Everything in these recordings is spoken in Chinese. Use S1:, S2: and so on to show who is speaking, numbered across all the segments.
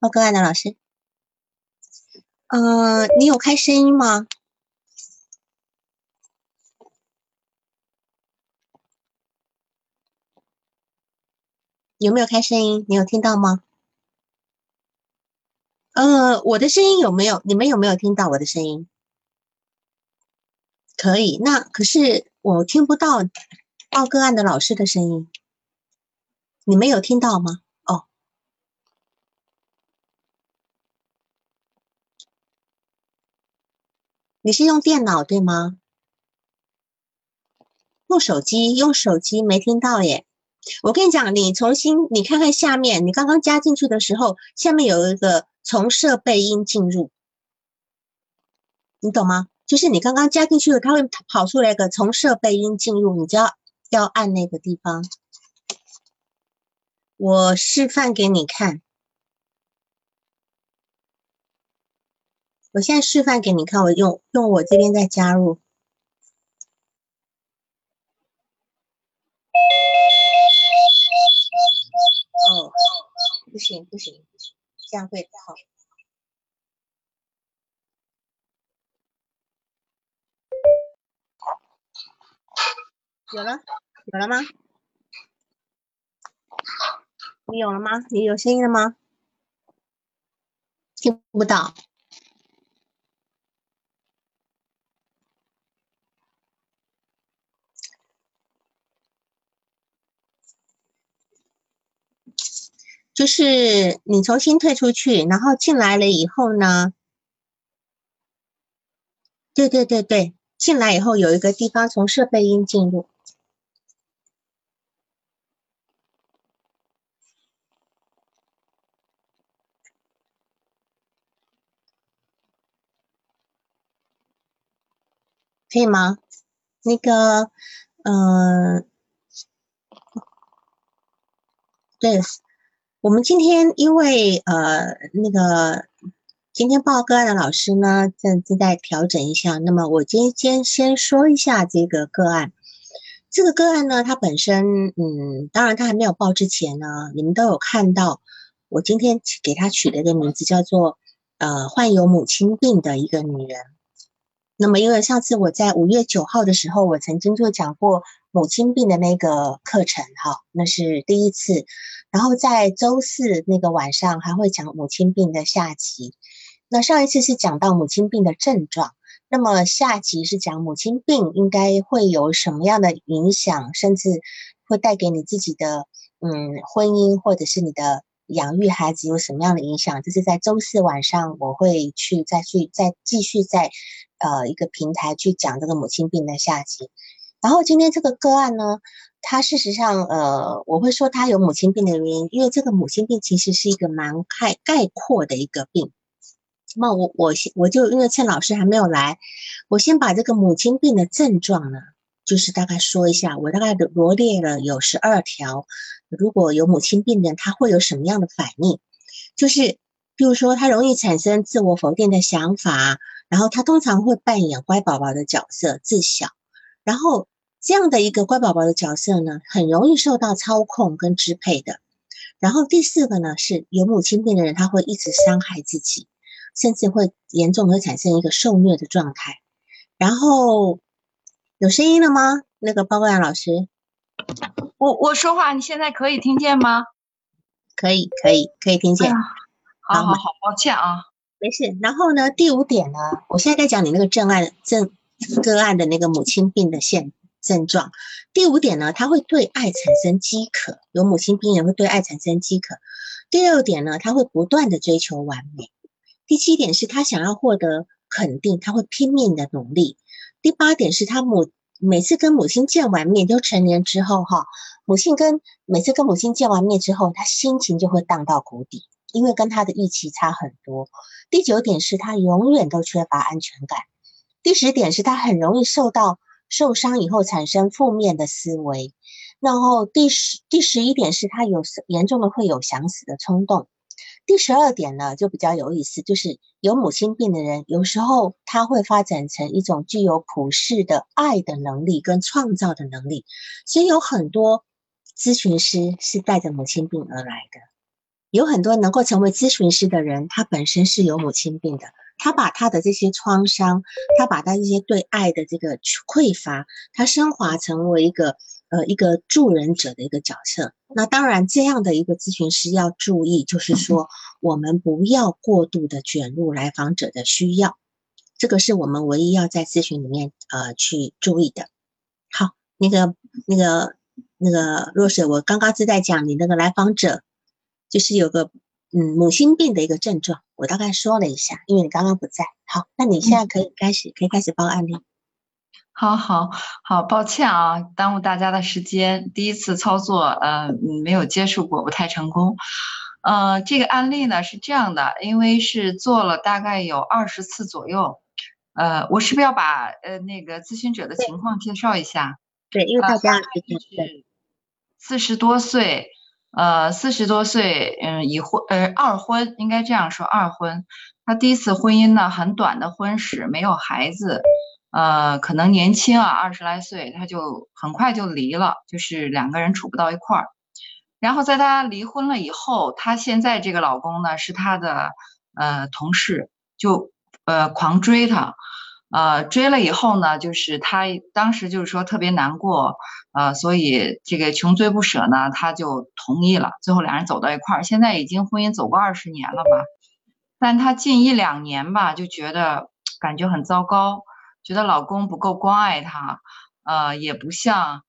S1: 报个案的老师，你有开声音吗？有没有开声音？你有听到吗？我的声音有没有？你们有没有听到我的声音？可以，那可是我听不到报个案的老师的声音，你们有听到吗？哦，你是用电脑对吗？用手机没听到耶。我跟你讲，你看看下面，你刚刚加进去的时候，下面有一个从设备音进入，你懂吗？就是你刚刚加进去了，它会跑出来一个从设备音进入，你就要按那个地方。我示范给你看，我现在示范给你看，我用我这边再加入。哦，不行，这样会好。有了吗？你有了吗？你有声音了吗？听不到。就是你重新退出去，然后进来了以后呢，对，进来以后有一个地方从设备音进入，可以吗？那个，对，我们今天因为今天报个案的老师呢正在调整一下，那么我今天先说一下这个个案。这个个案呢，它本身当然它还没有报之前呢，你们都有看到，我今天给它取了一个名字叫做患有母亲病的一个女人。那么因为上次我在5月9号的时候，我曾经就讲过母亲病的那个课程哈，那是第一次。然后在周四那个晚上还会讲母亲病的下集。那上一次是讲到母亲病的症状，那么下集是讲母亲病应该会有什么样的影响，甚至会带给你自己的婚姻或者是你的养育孩子有什么样的影响。这是在周四晚上我会再继续在一个平台去讲这个母亲病的下集。然后今天这个个案呢，它事实上我会说它有母亲病的原因，因为这个母亲病其实是一个蛮概括的一个病。那我就因为趁老师还没有来，我先把这个母亲病的症状呢，就是大概说一下，我大概罗列了有12条，如果有母亲病的人，他会有什么样的反应？就是比如说他容易产生自我否定的想法，然后他通常会扮演乖宝宝的角色，自小，然后这样的一个乖宝宝的角色呢，很容易受到操控跟支配的。然后第四个呢，是有母亲病的人，他会一直伤害自己，甚至会严重的产生一个受虐的状态。然后有声音了吗？那个包冠老师，
S2: 我说话，你现在可以听见吗？
S1: 可以听
S2: 哎呀，
S1: 见。好，
S2: 好好好，抱歉啊。
S1: 没事。然后呢，第五点呢，我现在在讲你那个个案的那个母亲病的症状。第五点呢，他会对爱产生饥渴，有母亲病人会对爱产生饥渴。第六点呢，他会不断的追求完美。第七点是他想要获得肯定，他会拼命的努力。第八点是每次跟母亲见完面，就成年之后哈，每次跟母亲见完面之后，他心情就会荡到谷底，因为跟他的预期差很多。第九点是他永远都缺乏安全感。第十点是他很容易受伤以后产生负面的思维。然后第十一点是他严重的会有想死的冲动。第12点呢，就比较有意思，就是有母亲病的人，有时候他会发展成一种具有普世的爱的能力跟创造的能力，所以有很多咨询师是带着母亲病而来的。 有很多能够成为咨询师的人，他本身是有母亲病的，他把他的这些创伤，他把他这些对爱的这个匮乏，他升华成为一个助人者的一个角色。那当然，这样的一个咨询师要注意，就是说我们不要过度的卷入来访者的需要，这个是我们唯一要在咨询里面去注意的。好，若水，我刚刚是在讲你那个来访者，就是有个母心病的一个症状，我大概说了一下，因为你刚刚不在。好，那你现在可以开始报案例。
S2: 好，抱歉啊，耽误大家的时间。第一次操作，没有接触过，不太成功。这个案例呢是这样的，因为是做了大概有20次左右。我是不是要把那个咨询者的情况介绍一下？
S1: 对，因为大家
S2: 是40多岁，40多岁，已婚，二婚，应该这样说，二婚。他第一次婚姻呢，很短的婚史，没有孩子。可能年轻啊，20来岁，他就很快就离了，就是两个人处不到一块儿。然后在他离婚了以后，她现在这个老公呢是她的同事，就狂追她，追了以后呢，就是她当时就是说特别难过，所以这个穷追不舍呢，她就同意了，最后两人走到一块儿，现在已经婚姻走过20年了吧，但她近1、2年吧，就觉得感觉很糟糕。觉得老公不够关爱她，也不像，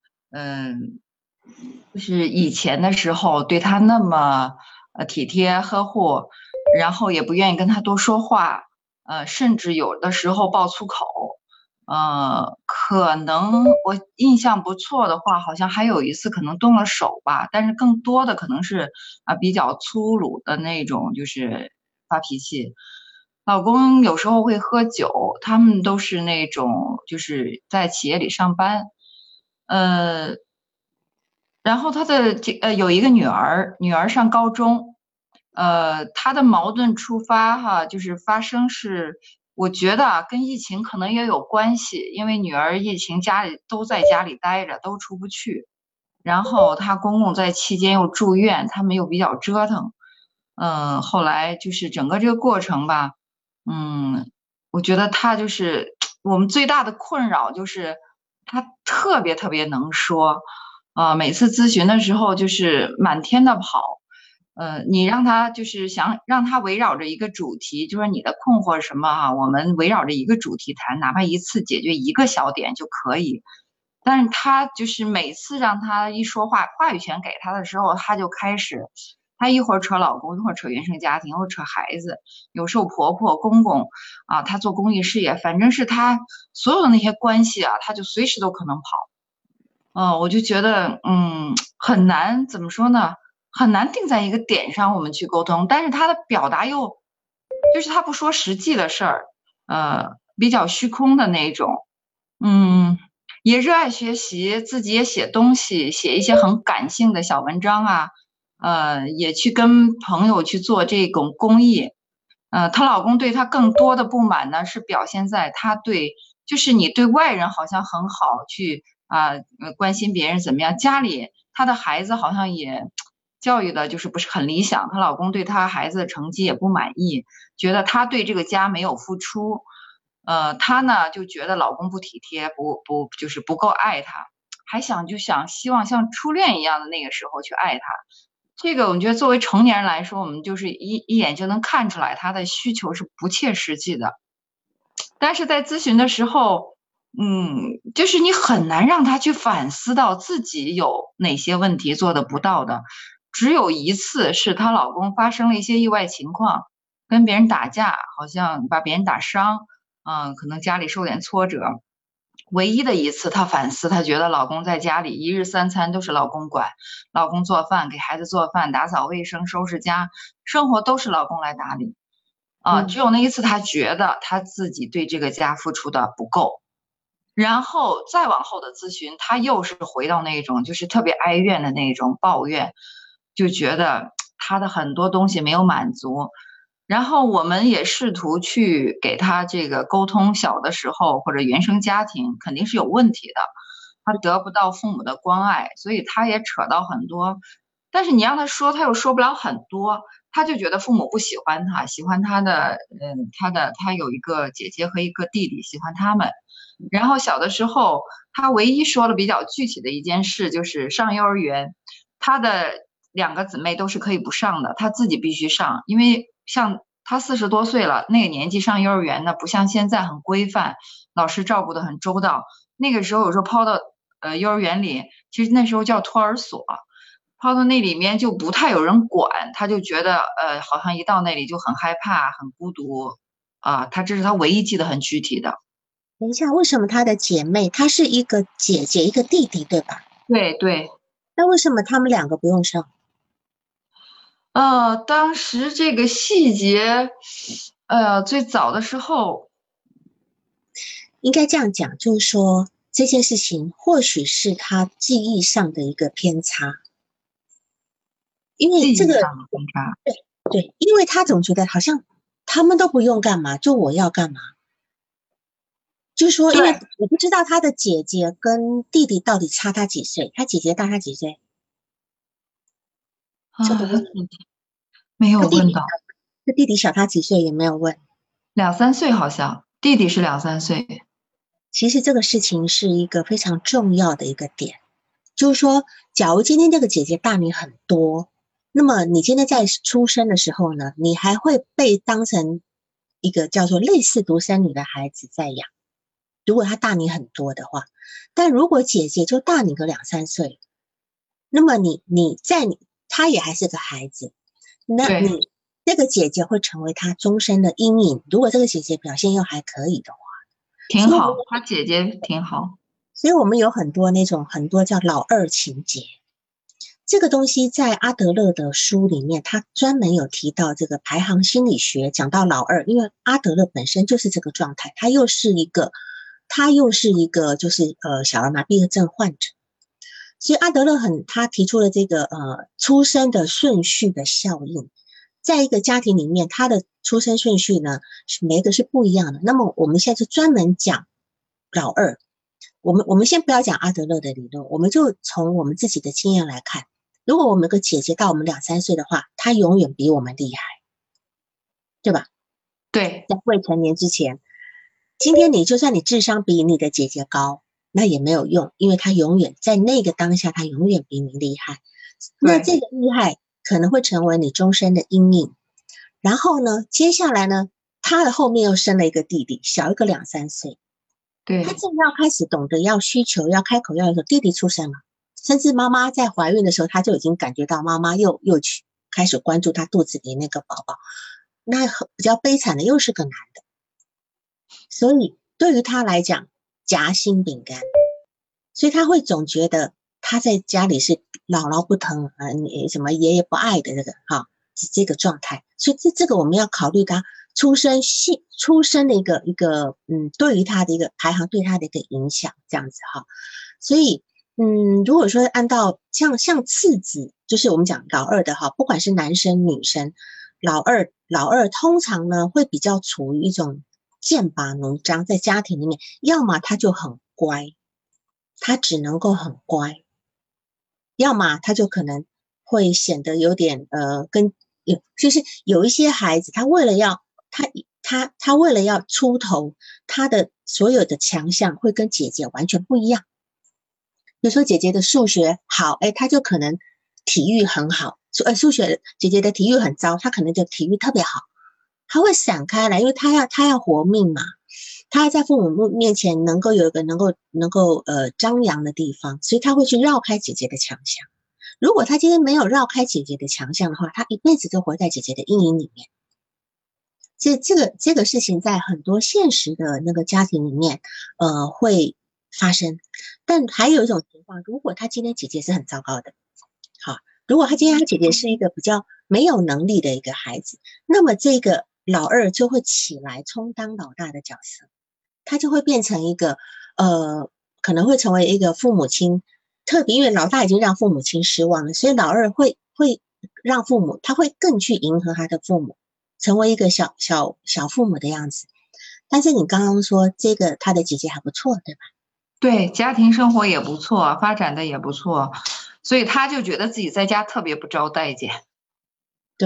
S2: 就是以前的时候对她那么体贴呵护，然后也不愿意跟她多说话，甚至有的时候爆粗口，可能我印象不错的话，好像还有一次可能动了手吧，但是更多的可能是比较粗鲁的那种，就是发脾气。老公有时候会喝酒，他们都是那种就是在企业里上班，呃，然后他的有一个女儿，女儿上高中，他的矛盾出发哈，就是发生是，我觉得跟疫情可能也有关系，因为女儿疫情家里都在家里待着，都出不去，然后他公公在期间又住院，他们又比较折腾，后来就是整个这个过程吧。我觉得他就是我们最大的困扰，就是他特别特别能说，每次咨询的时候就是满天的跑，你让他就是想让他围绕着一个主题，就是你的困惑是什么我们围绕着一个主题谈，哪怕一次解决一个小点就可以。但是他就是每次让他一说话，话语权给他的时候，他就开始，他一会儿扯老公，一会儿扯原生家庭，一会儿扯孩子，有时候婆婆、公公他做公益事业，反正是他所有的那些关系他就随时都可能跑。我就觉得，很难，怎么说呢？很难定在一个点上我们去沟通，但是他的表达又，就是他不说实际的事儿，比较虚空的那种，也热爱学习，自己也写东西，写一些很感性的小文章也去跟朋友去做这种公益，她老公对她更多的不满呢，是表现在她对，就是你对外人好像很好，去关心别人怎么样，家里她的孩子好像也教育的就是不是很理想，她老公对她孩子的成绩也不满意，觉得她对这个家没有付出，她呢就觉得老公不体贴，就是不够爱她，还希望像初恋一样的那个时候去爱她。这个我觉得作为成年人来说，我们就是一眼就能看出来他的需求是不切实际的。但是在咨询的时候，就是你很难让他去反思到自己有哪些问题做的不到的。只有一次是她老公发生了一些意外情况，跟别人打架，好像把别人打伤，可能家里受点挫折。唯一的一次，她反思，她觉得老公在家里一日3餐都是老公管，老公做饭，给孩子做饭，打扫卫生，收拾家，生活都是老公来打理。只有那一次，她觉得她自己对这个家付出的不够。然后再往后的咨询，她又是回到那种就是特别哀怨的那种抱怨，就觉得她的很多东西没有满足。然后我们也试图去给他这个沟通，小的时候或者原生家庭肯定是有问题的，他得不到父母的关爱，所以他也扯到很多，但是你让他说，他又说不了很多， 他就觉得父母不喜欢他，喜欢他的，他有一个姐姐和一个弟弟，喜欢他们。然后小的时候，他唯一说了比较具体的一件事，就是上幼儿园，他的两个姊妹都是可以不上的，他自己必须上，因为像他40多岁了，那个年纪上幼儿园呢，不像现在很规范，老师照顾得很周到。那个时候有时候抛到幼儿园里，其实那时候叫托儿所，抛到那里面就不太有人管，他就觉得好像一到那里就很害怕、很孤独啊。这是他唯一记得很具体的。
S1: 等一下，为什么她的姐妹，她是一个姐姐一个弟弟，对吧？
S2: 对对，
S1: 那为什么他们两个不用上？
S2: 当时这个细节，最早的时候，
S1: 应该这样讲，就是说这件事情或许是他记忆上的一个偏差，因为这个
S2: 记忆上的偏差。
S1: 对，因为他总觉得好像他们都不用干嘛，就我要干嘛。就是说，因为
S2: 对，
S1: 我不知道他的姐姐跟弟弟到底差他几岁，他姐姐大他几岁？这个
S2: 啊，他
S1: 问
S2: 自己没有
S1: 他弟弟，
S2: 问到，
S1: 他弟弟小他几岁也没有问。
S2: 2、3岁好像，弟弟是2、3岁。
S1: 其实这个事情是一个非常重要的一个点，就是说，假如今天这个姐姐大你很多，那么你今天在出生的时候呢，你还会被当成一个叫做类似独生女的孩子在养。如果她大你很多的话，但如果姐姐就大你个2、3岁，那么她也还是个孩子，那
S2: 对，
S1: 你这个姐姐会成为她终身的阴影。如果这个姐姐表现又还可以的话，所以我们
S2: 挺好，他姐姐挺好。
S1: 所以我们有很多叫老二情节。这个东西在阿德勒的书里面，他专门有提到这个排行心理学，讲到老二，因为阿德勒本身就是这个状态，他又是一个就是小儿麻痹症患者，所以阿德勒他提出了这个出生的顺序的效应，在一个家庭里面，他的出生顺序呢每一个是不一样的。那么我们现在就专门讲老二，我们先不要讲阿德勒的理论，我们就从我们自己的经验来看。如果我们有个姐姐到我们2、3岁的话，她永远比我们厉害，对吧？
S2: 对
S1: 在未成年之前，今天就算你智商比你的姐姐高，那也没有用，因为她永远在那个当下，她永远比你厉害。那
S2: 对
S1: 这个厉害可能会成为你终身的阴影。然后呢，接下来呢，她的后面又生了一个弟弟，小一个2、3岁。她
S2: 对，
S1: 正要开始懂得要需求，要开口要的时候，弟弟出生了。甚至妈妈在怀孕的时候，她就已经感觉到妈妈又去开始关注她肚子里那个宝宝。那比较悲惨的又是个男的，所以对于他来讲，夹心饼干，所以他会总觉得他在家里是姥姥不疼你什么爷爷不爱的这个状态。所以这个我们要考虑他出生的一个对于他的一个排行对他的一个影响，这样子哈。所以如果说按照像次子，就是我们讲老二的哈，不管是男生女生，老二通常呢会比较处于一种剑拔弩张，在家庭里面，要么他就很乖，他只能够很乖，要么他就可能会显得有点就是有一些孩子，他为了要出头，他的所有的强项会跟姐姐完全不一样。比如说姐姐的数学好，他就可能体育很好，数学姐姐的体育很糟，他可能就体育特别好，他会闪开来，因为他要活命嘛，他要在父母面前能够有一个能够张扬的地方，所以他会去绕开姐姐的强项。如果他今天没有绕开姐姐的强项的话，他一辈子都活在姐姐的阴影里面。这个事情在很多现实的那个家庭里面，会发生。但还有一种情况，如果他今天姐姐是很糟糕的，好，如果他今天他姐姐是一个比较没有能力的一个孩子，那么这个老二就会起来充当老大的角色，他就会变成一个可能会成为一个父母亲，特别因为老大已经让父母亲失望了，所以老二会让他会更去迎合他的父母，成为一个小父母的样子。但是你刚刚说这个他的姐姐还不错，对吧？
S2: 对，家庭生活也不错，发展的也不错，所以他就觉得自己在家特别不招待见。
S1: 对，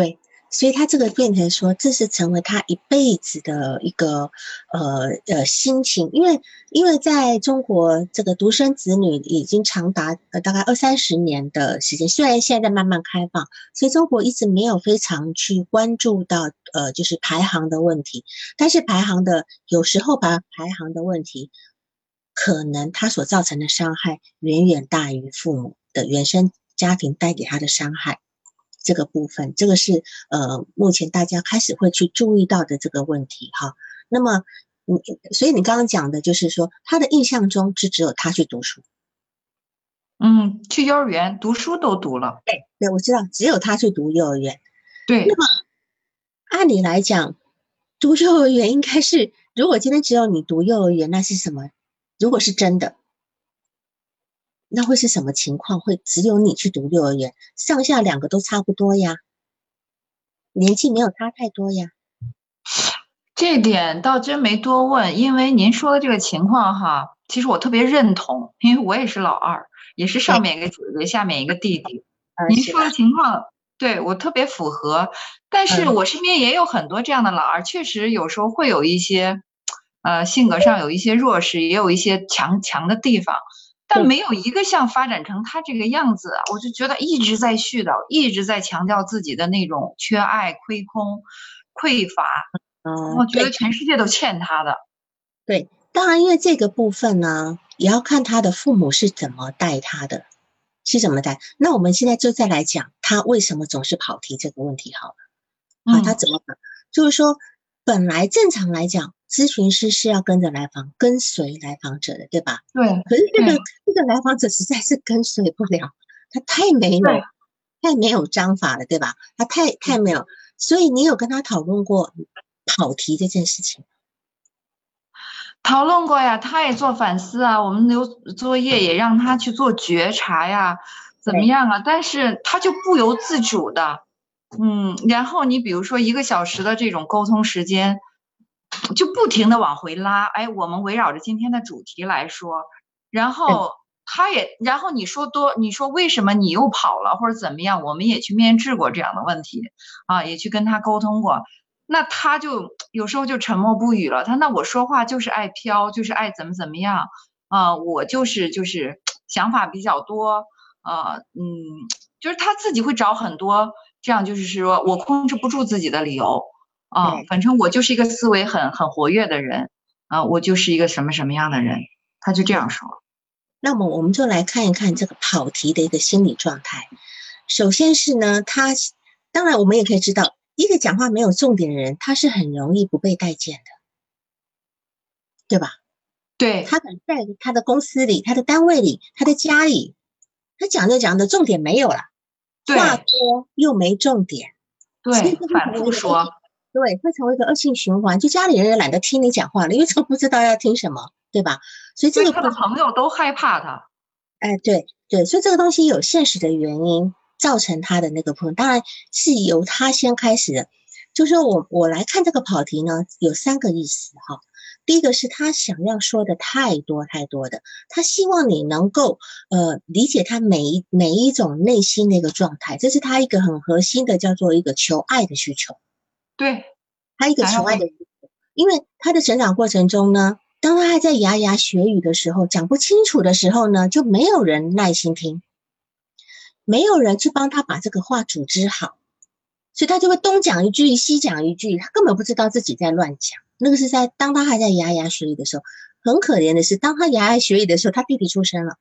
S1: 所以他这个变成说，这是成为他一辈子的一个心情，因为在中国这个独生子女已经长达大概20-30年的时间，虽然现在慢慢开放，所以中国一直没有非常去关注到就是排行的问题，但是有时候排行的问题，可能他所造成的伤害远远大于父母的原生家庭带给他的伤害。这个部分，这个是目前大家开始会去注意到的这个问题哈。那么，所以你刚刚讲的就是说，他的印象中只有他去读书，
S2: 去幼儿园读书都读了。
S1: 对，我知道，只有他去读幼儿园。
S2: 对，
S1: 那么按理来讲，读幼儿园应该是，如果今天只有你读幼儿园，那是什么？如果是真的，那会是什么情况？会只有你去读幼儿园，上下两个都差不多呀，年纪没有差太多呀。
S2: 这点倒真没多问，因为您说的这个情况哈，其实我特别认同，因为我也是老二，也是上面一个姐姐，下面一个弟弟。您说的情况，对我特别符合。但是我身边也有很多这样的老二，确实有时候会有一些，性格上有一些弱势，也有一些强的地方，但没有一个像发展成他这个样子，我就觉得一直在絮叨，一直在强调自己的那种缺爱、亏空、匮乏。我觉得全世界都欠他的。
S1: 对，当然，因为这个部分呢，也要看他的父母是怎么带他的，是怎么带。那我们现在就再来讲他为什么总是跑题这个问题好了。好，他怎么跑？就是说，本来正常来讲，咨询师是要跟随来访者的，对吧？
S2: 对。
S1: 可是这个来访者实在是跟随不了，他太没有章法了，对吧？他太没有，所以你有跟他讨论过跑题这件事情？
S2: 讨论过呀，他也做反思啊，我们留作业也让他去做觉察呀，怎么样啊？但是他就不由自主的，然后你比如说1个小时的这种沟通时间，就不停的往回拉。哎，我们围绕着今天的主题来说，然后然后你说为什么你又跑了或者怎么样？我们也去面质过这样的问题啊，也去跟他沟通过。那他就有时候就沉默不语了。那我说话就是爱飘，就是爱怎么样啊？我就是想法比较多，就是他自己会找很多这样，就是说我控制不住自己的理由啊。反正我就是一个思维很活跃的人啊，我就是一个什么样的人，他就这样说。
S1: 那么我们就来看一看这个跑题的一个心理状态。首先是呢，当然我们也可以知道，一个讲话没有重点的人，他是很容易不被待见的，对吧？
S2: 对，
S1: 他可能在他的公司里、他的单位里、他的家里，他讲着重点没有了，话多又没重点，
S2: 对，反复说，
S1: 对，会成为一个恶性循环。就家里人也懒得听你讲话了，因为都不知道要听什么，对吧？所以这个
S2: 他的朋友都害怕他。
S1: 对，所以这个东西有现实的原因造成他的那个部分，当然是由他先开始的。就是说我来看这个跑题呢，有3个意思哈。第一个是他想要说的太多的，他希望你能够理解他每一种内心的一个状态，这是他一个很核心的叫做一个求爱的需求。
S2: 对，
S1: 他一个求爱的需求，因为他的成长过程中呢，当他还在牙牙学语的时候，讲不清楚的时候呢，就没有人耐心听，没有人去帮他把这个话组织好，所以他就会东讲一句西讲一句，他根本不知道自己在乱讲。那个是当他还在牙牙学语的时候。很可怜的是，当他牙牙学语的时候，他弟弟出生了，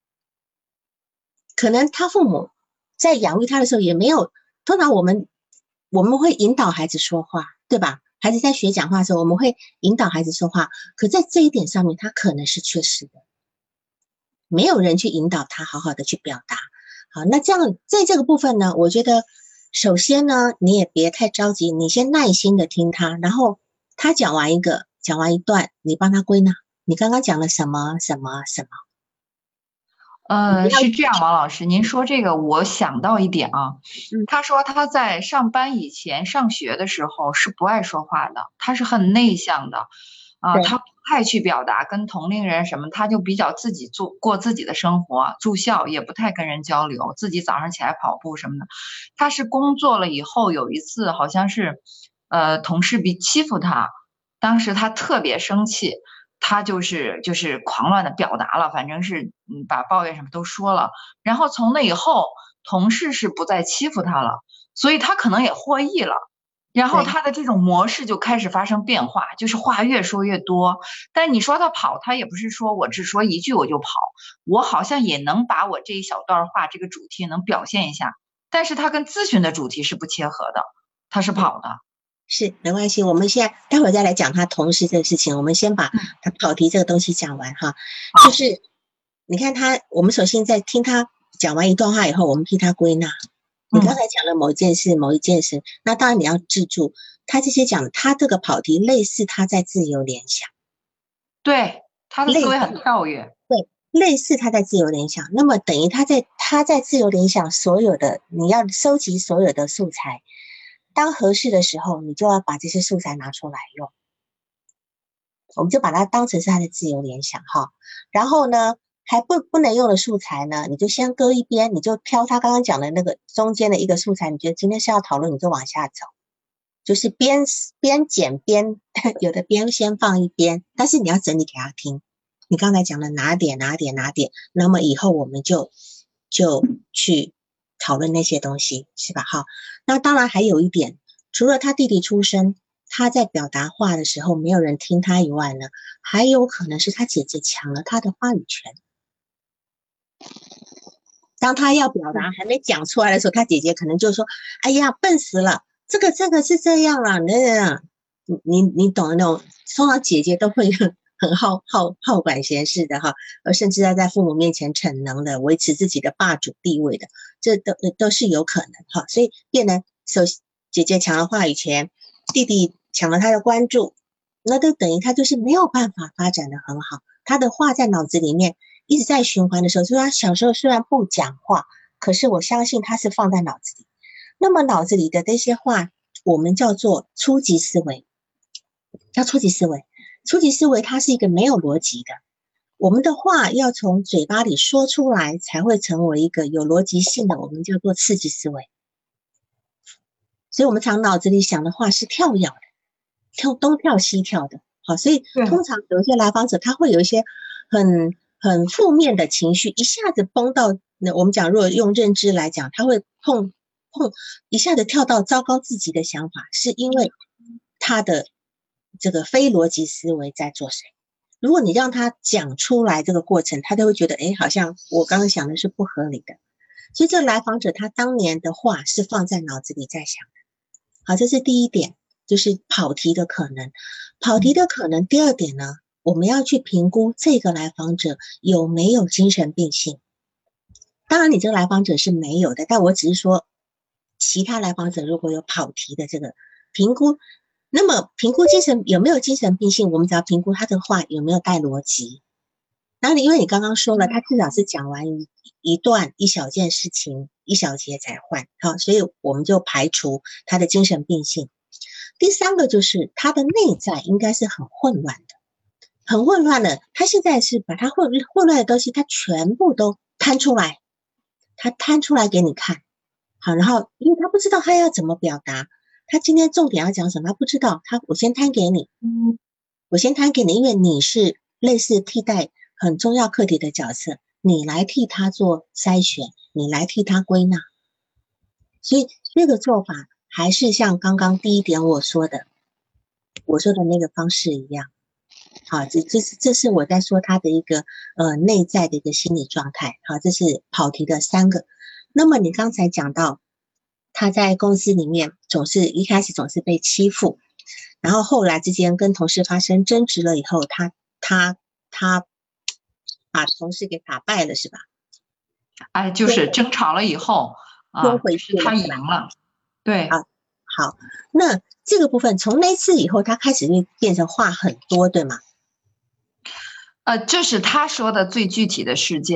S1: 可能他父母在养育他的时候也没有。通常我们会引导孩子说话，对吧？孩子在学讲话的时候，我们会引导孩子说话，可在这一点上面，他可能是缺失的，没有人去引导他好好的去表达。好，那这样在这个部分呢，我觉得首先呢，你也别太着急，你先耐心的听他，然后他讲完一段，你帮他归纳，你刚刚讲了什么。
S2: 是这样，王老师，您说这个我想到一点啊，他说他在上班以前上学的时候是不爱说话的，他是很内向的啊，他不太去表达，跟同龄人什么，他就比较自己过自己的生活，住校也不太跟人交流，自己早上起来跑步什么的。他是工作了以后有一次好像是，同事欺负他，当时他特别生气，他就是狂乱的表达了，反正是把抱怨什么都说了。然后从那以后，同事是不再欺负他了，所以他可能也获益了。然后
S1: 对，
S2: 他的这种模式就开始发生变化，就是话越说越多。但你说他跑，他也不是说我只说一句我就跑，我好像也能把我这一小段话这个主题能表现一下，但是他跟咨询的主题是不切合的，他是跑的。
S1: 是没关系，我们现在待会儿再来讲他同事这个事情，我们先把他跑题这个东西讲完哈。就是你看他，我们首先在听他讲完一段话以后，我们替他归纳。你刚才讲了某一件事，某一件事，那当然你要记住，他这些讲的，他这个跑题类似他在自由联想，
S2: 对，他的思维很跳跃。
S1: 对，类似他在自由联想，那么等于他在自由联想所有的，你要收集所有的素材，当合适的时候，你就要把这些素材拿出来用。我们就把它当成是他的自由联想哈，然后呢，还不能用的素材呢，你就先搁一边，你就挑他刚刚讲的那个中间的一个素材，你觉得今天是要讨论，你就往下走，就是边剪边有的边先放一边，但是你要整理给他听。你刚才讲的哪点，那么以后我们就去讨论那些东西，是吧？好，那当然还有一点，除了他弟弟出生，他在表达话的时候没有人听他以外呢，还有可能是他姐姐抢了他的话语权。当他要表达还没讲出来的时候，他姐姐可能就说：“哎呀，笨死了，这个是这样啊，你懂的那种。”通常姐姐都会很好管闲事的哈，甚至要在父母面前逞能的，维持自己的霸主地位的，这都是有可能哈。所以变成姐姐抢了话语权，弟弟抢了他的关注，那都等于他就是没有办法发展的很好。他的话在脑子里面一直在循环的时候，就是他小时候虽然不讲话，可是我相信他是放在脑子里。那么脑子里的这些话，我们叫做初级思维，叫初级思维。初级思维它是一个没有逻辑的，我们的话要从嘴巴里说出来，才会成为一个有逻辑性的，我们叫做次级思维。所以我们常脑子里想的话是跳跃的，东跳西跳的。好，所以通常有一些来访者他会有一些很负面的情绪，一下子崩到，我们讲如果用认知来讲，他会一下子跳到糟糕自己的想法，是因为他的这个非逻辑思维在作祟。如果你让他讲出来这个过程，他都会觉得好像我刚刚想的是不合理的。所以这个来访者他当年的话是放在脑子里在想的。好，这是第一点，就是跑题的可能。跑题的可能，第二点呢，我们要去评估这个来访者有没有精神病性。当然你这个来访者是没有的，但我只是说其他来访者如果有跑题的这个评估，那么评估有没有精神病性，我们只要评估他的话有没有带逻辑。然后因为你刚刚说了，他至少是讲完一小件事情一小节才换，好，所以我们就排除他的精神病性。第三个就是他的内在应该是很混乱的，他现在是把他混乱的东西他全部都摊出来，他摊出来给你看。好，然后因为他不知道他要怎么表达，他今天重点要讲什么他不知道，我先摊给你，因为你是类似替代很重要课题的角色，你来替他做筛选，你来替他归纳。所以这个做法还是像刚刚第一点我说的那个方式一样。好，这是我在说他的一个内在的一个心理状态。好，这是跑题的3个。那么你刚才讲到他在公司里面一开始总是被欺负，然后后来之间跟同事发生争执了以后，他把同事给打败了，是吧？
S2: 就是争吵了以后就是他赢了。对，
S1: 好，那这个部分从那次以后，他开始就变成话很多，对吗？
S2: 这是他说的最具体的事件。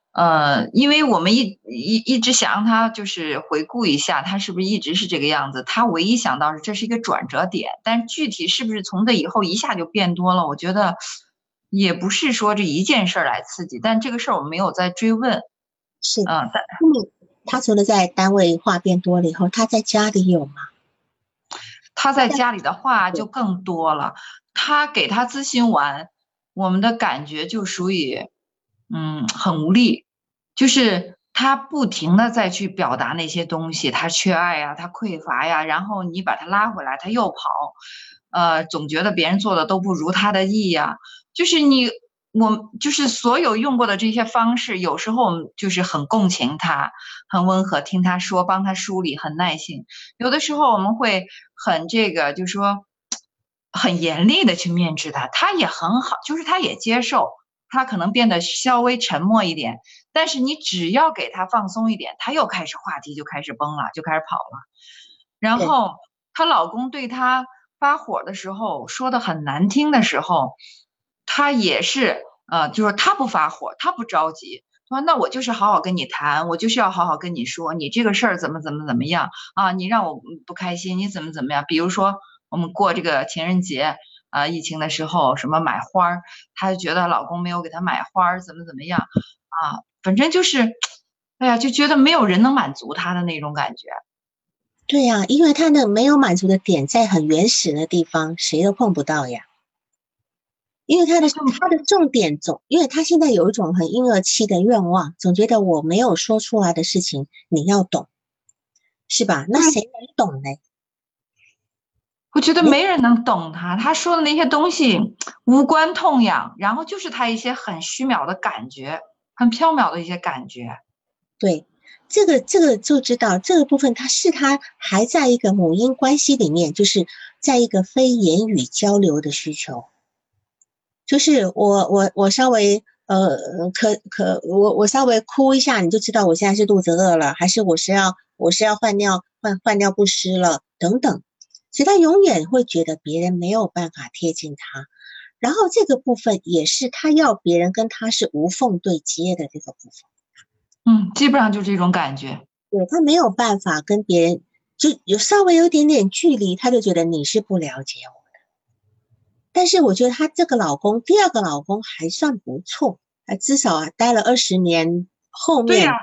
S2: 因为我们一直想让他就是回顾一下，他是不是一直是这个样子。他唯一想到是这是一个转折点，但具体是不是从这以后一下就变多了，我觉得也不是说这一件事儿来刺激。但这个事儿我们没有再追问。
S1: 是，
S2: 但
S1: 那么他除了在单位话变多了以后，他在家里有吗？
S2: 他在家里的话就更多了。他给他咨询完，我们的感觉就属于很无力，就是他不停的再去表达那些东西，他缺爱呀，他匮乏呀，然后你把他拉回来，他又跑，总觉得别人做的都不如他的意呀，就是我就是所有用过的这些方式，有时候我们就是很共情他，很温和，听他说，帮他梳理，很耐心。有的时候我们会很就是说很严厉的去面质他，他也很好，就是他也接受，他可能变得稍微沉默一点，但是你只要给他放松一点，他又开始话题就开始崩了，就开始跑了。然
S1: 对，
S2: 后她老公对她发火的时候，说的很难听的时候，她也是就是她不发火，她不着急，说那我就是好好跟你谈，我就是要好好跟你说，你这个事儿怎么样啊？你让我不开心，你怎么样？比如说我们过这个情人节疫情的时候，什么买花儿，她就觉得老公没有给她买花儿，怎么样反正就是，哎呀，就觉得没有人能满足她的那种感觉。
S1: 对呀，因为他的没有满足的点在很原始的地方，谁都碰不到呀。因为他的重点总，因为他现在有一种很婴儿期的愿望，总觉得我没有说出来的事情你要懂，是吧？那谁能懂呢？
S2: 我觉得
S1: 没
S2: 没人能懂他，他说的那些东西无关痛痒，然后就是他一些很虚渺的感觉，很缥缈的一些感觉。
S1: 对，这个就知道这个部分，他还在一个母婴关系里面，就是在一个非言语交流的需求。就是我稍微我稍微哭一下，你就知道我现在是肚子饿了，还是我是要换尿不湿了等等，所以他永远会觉得别人没有办法贴近他，然后这个部分也是他要别人跟他是无缝对接的这个部分，
S2: 基本上就这种感觉。
S1: 对，他没有办法跟别人就稍微有点点距离，他就觉得你是不了解我。但是我觉得她这个老公，第二个老公还算不错，至少待了20年，后
S2: 对呀，
S1: 面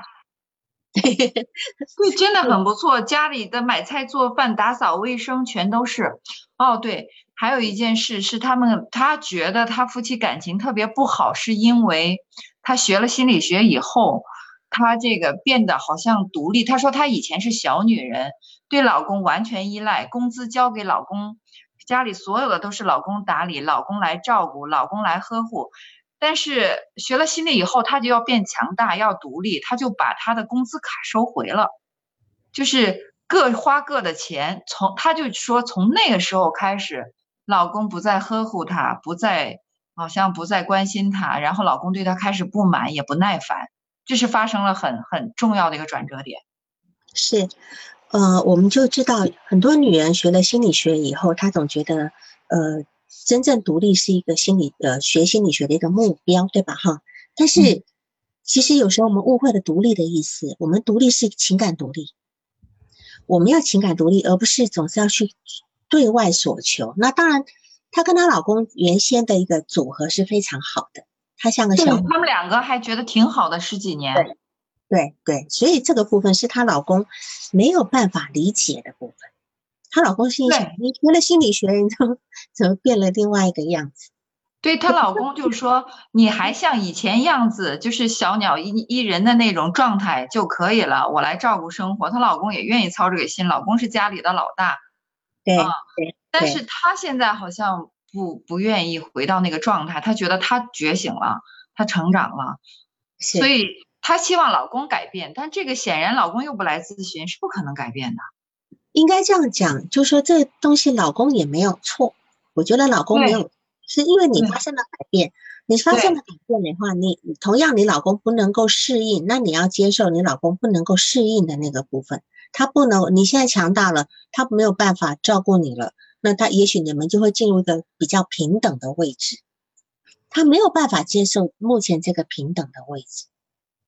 S2: 对，真的很不错。家里的买菜、做饭、打扫卫生全都是。哦，对，还有一件事是他觉得他夫妻感情特别不好，是因为他学了心理学以后，他这个变得好像独立。他说他以前是小女人，对老公完全依赖，工资交给老公，家里所有的都是老公打理，老公来照顾，老公来呵护。但是学了心理以后，他就要变强大，要独立，他就把他的工资卡收回了。就是各花各的钱，他就说从那个时候开始，老公不再呵护她，好像不再关心她，然后老公对她开始不满也不耐烦，这是发生了很重要的一个转折点。
S1: 是，我们就知道很多女人学了心理学以后，她总觉得，真正独立是一个学心理学的一个目标，对吧？哈，但是其实有时候我们误会了独立的意思，我们独立是情感独立。我们要情感独立，而不是总是要去对外索求。那当然，她跟她老公原先的一个组合是非常好的，她像个
S2: 对，
S1: 小女
S2: 他们两个还觉得挺好的十几年。
S1: 对对对，所以这个部分是她老公没有办法理解的部分。她老公心里想：
S2: 对，
S1: 你学了心理学，你怎么变了另外一个样子？
S2: 对她老公就说你还像以前样子，就是小鸟依人的那种状态就可以了，我来照顾生活。她老公也愿意操这个心，老公是家里的老大。啊。
S1: 对对
S2: 但是
S1: 对，
S2: 他现在好像不愿意回到那个状态，他觉得他觉醒了，他成长了，所
S1: 是
S2: 以他希望老公改变，但这个显然老公又不来咨询，是不可能改变的。
S1: 应该这样讲，就说这东西老公也没有错。我觉得老公没
S2: 对
S1: 有，是因为你
S2: 对
S1: 发生了改变，你发生了
S2: 对
S1: 改变的话，你同样你老公不能够适应，那你要接受你老公不能够适应的那个部分，他不能，你现在强大了，他没有办法照顾你了，那他也许你们就会进入一个比较平等的位置，他没有办法接受目前这个平等的位置。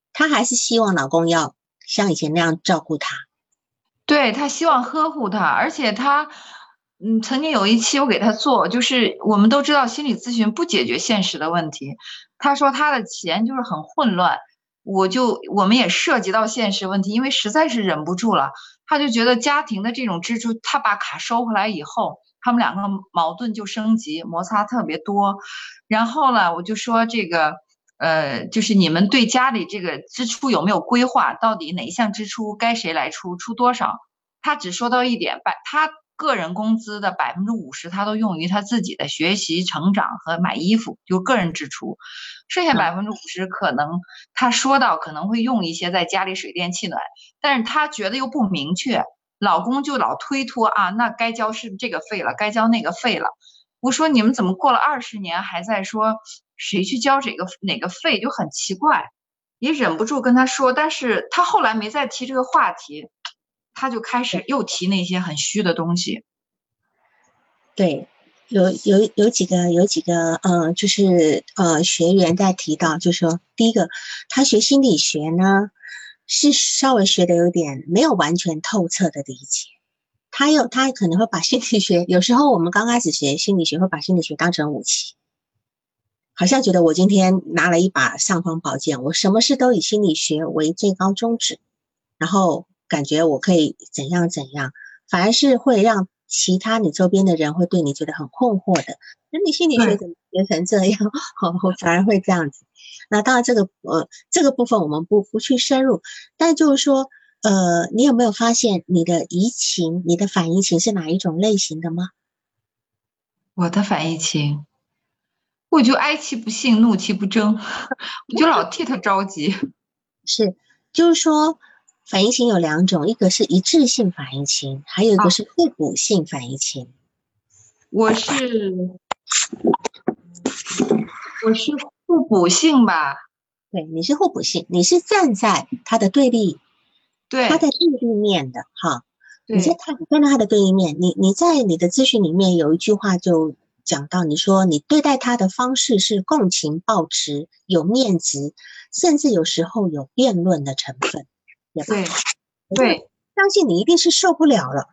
S1: 她还是希望老公要像以前那样照顾她。
S2: 对，他希望呵护他，而且他，曾经有一期我给他做，就是我们都知道心理咨询不解决现实的问题。他说他的钱就是很混乱，我们也涉及到现实问题，因为实在是忍不住了，他就觉得家庭的这种支出，他把卡收回来以后，他们两个矛盾就升级，摩擦特别多。然后呢，我就说这个。就是你们对家里这个支出有没有规划？到底哪一项支出该谁来出，出多少？他只说到一点，他个人工资的50%，他都用于他自己的学习、成长和买衣服，就个人支出。剩下50%可能他说到可能会用一些在家里水电气暖，但是他觉得又不明确，老公就老推脱啊，那该交是这个费了，该交那个费了。我说你们怎么过了20年还在说谁去交哪个费，就很奇怪，也忍不住跟他说，但是他后来没再提这个话题，他就开始又提那些很虚的东西。
S1: 对，有几个就是学员在提到，就是说第一个，他学心理学呢是稍微学的有点没有完全透彻的理解。他可能会把心理学，有时候我们刚开始学心理学会把心理学当成武器，好像觉得我今天拿了一把尚方宝剑，我什么事都以心理学为最高宗旨，然后感觉我可以怎样怎样，反而是会让其他你周边的人会对你觉得很困惑的。那你心理学怎么学成这样？反而会这样子。那当然这个部分我们不去深入，但就是说你有没有发现你的移情、你的反移情是哪一种类型的吗？
S2: 我的反义情，我就哀其不幸，怒其不争，我就老替他着急。
S1: 是，就是说反应情有两种，一个是一致性反应情，还有一个是互补性反应情。
S2: 我是互补性吧？
S1: 对，你是互补性，你是站在他的对立，
S2: 对，
S1: 他的对立面的哈。你站在他的对立面，你在你的咨询里面有一句话就讲到，你说你对待他的方式是共情抱持，有面子，甚至有时候有辩论的成分，对吧？
S2: 对，
S1: 相信你一定是受不了了，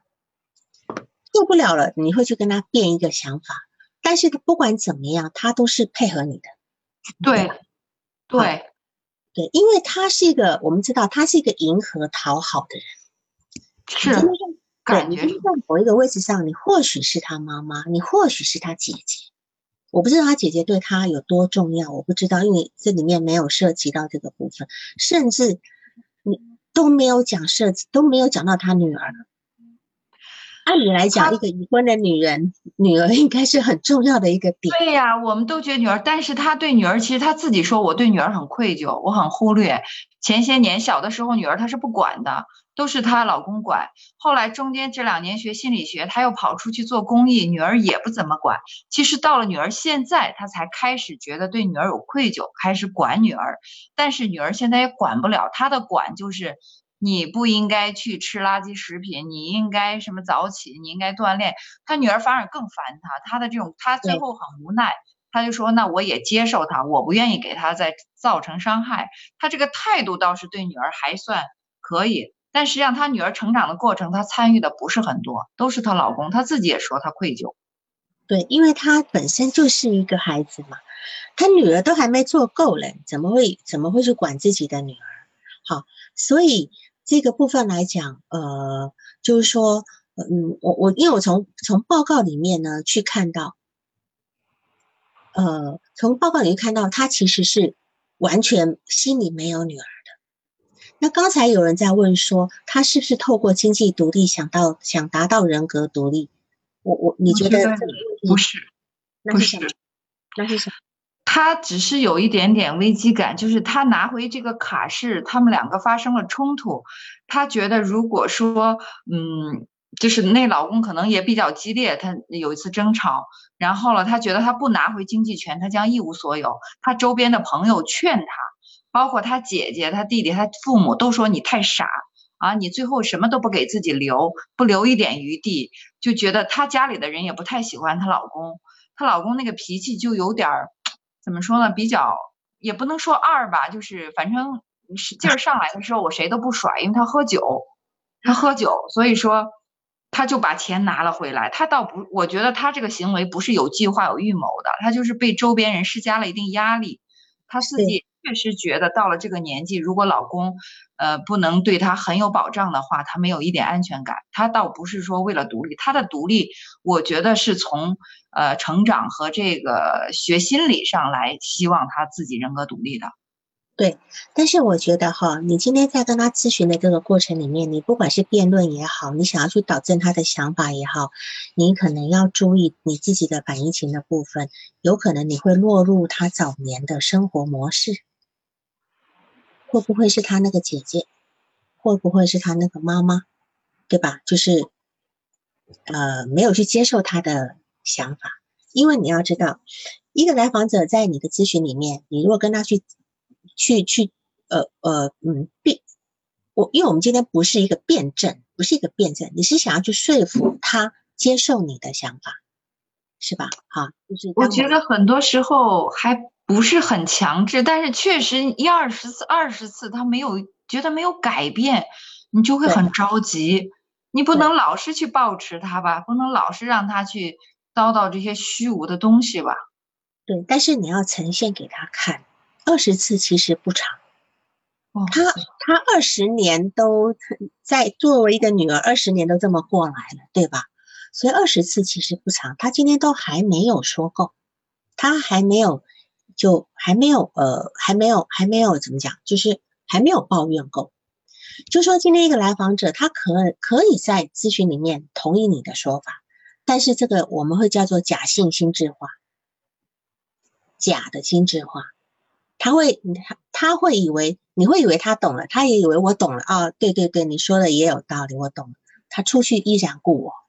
S1: 你会去跟他辩一个想法，但是不管怎么样，他都是配合你的，
S2: 对，对，
S1: 对，因为他是一个，我们知道他是一个迎合讨好的人。
S2: 是
S1: 对，你在某一个位置上，你或许是他妈妈，你或许是他姐姐，我不知道他姐姐对他有多重要，我不知道，因为这里面没有涉及到这个部分，甚至你都没有讲都没有讲到他女儿。按理来讲，一个已婚的女儿应该是很重要的一个点。
S2: 对呀，我们都觉得女儿，但是他对女儿，其实他自己说，我对女儿很愧疚，我很忽略。前些年小的时候，女儿她是不管的，都是她老公管。后来中间这2年学心理学，她又跑出去做公益，女儿也不怎么管。其实到了女儿现在，她才开始觉得对女儿有愧疚，开始管女儿。但是女儿现在也管不了，她的管就是你不应该去吃垃圾食品，你应该什么早起，你应该锻炼。他女儿反而更烦他的这种，他最后很无奈，他就说那我也接受他，我不愿意给他再造成伤害。他这个态度倒是对女儿还算可以，但实际上他女儿成长的过程，他参与的不是很多，都是她老公，他自己也说他愧疚。
S1: 对，因为他本身就是一个孩子嘛，他女儿都还没做够嘞，怎么会去管自己的女儿？好，所以这个部分来讲，就是说，因为我从报告里面呢去看到，从报告里面看到，他其实是完全心里没有女儿的。那刚才有人在问说，他是不是透过经济独立想达到人格独立？你觉得
S2: 不是？不是，
S1: 那是什么？
S2: 他只是有一点点危机感，就是他拿回这个卡是他们两个发生了冲突，他觉得如果说，就是那老公可能也比较激烈，他有一次争吵，然后了，他觉得他不拿回经济权，他将一无所有。他周边的朋友劝他，包括他姐姐、他弟弟、他父母都说你太傻啊，你最后什么都不给自己留，不留一点余地，就觉得他家里的人也不太喜欢她老公，她老公那个脾气就有点儿。怎么说呢？比较也不能说二吧，就是反正劲儿上来的时候，我谁都不甩，因为他喝酒，所以说他就把钱拿了回来。他倒不，我觉得他这个行为不是有计划、有预谋的，他就是被周边人施加了一定压力。他自己确实觉得到了这个年纪，如果老公不能对他很有保障的话，他没有一点安全感。他倒不是说为了独立，他的独立，我觉得是从成长和这个学心理上来希望他自己人格独立的。
S1: 对，但是我觉得哈，你今天在跟他咨询的这个过程里面，你不管是辩论也好，你想要去导正他的想法也好，你可能要注意你自己的反应情的部分，有可能你会落入他早年的生活模式，会不会是他那个姐姐，会不会是他那个妈妈，对吧？就是没有去接受他的想法，因为你要知道，一个来访者在你的咨询里面，你如果跟他去因为我们今天不是一个辩证，你是想要去说服他接受你的想法，是吧？好，就是
S2: 我觉得很多时候还不是很强制，但是确实20次他觉得没有改变，你就会很着急。你不能老是去抱持他吧，不能老是让他去叨叨这些虚无的东西吧。
S1: 对，但是你要呈现给他看，20次其实不长。他20年都在作为一个女儿，20年都这么过来了，对吧？所以20次其实不长，他今天都还没有说够，他还没有怎么讲，就是还没有抱怨够。就说今天一个来访者，他可以在咨询里面同意你的说法，但是这个我们会叫做假性心智化，假的心智化。他会以为你会以为他懂了，他也以为我懂了啊，对对对，你说的也有道理，我懂了。他出去依然故我，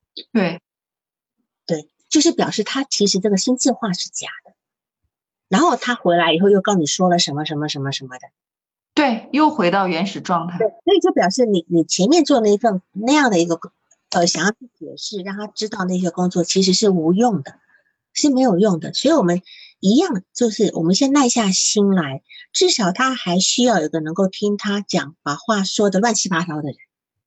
S1: 对，就是表示他其实这个心智化是假的。然后他回来以后又告你说了什么什么什么什么的，
S2: 对，又回到原始状态。
S1: 对，所以就表示你前面做那样的一个想要去解释，让他知道那些工作其实是无用的，是没有用的。所以我们一样，就是我们先耐下心来，至少他还需要有个能够听他讲，把话说的乱七八糟的人。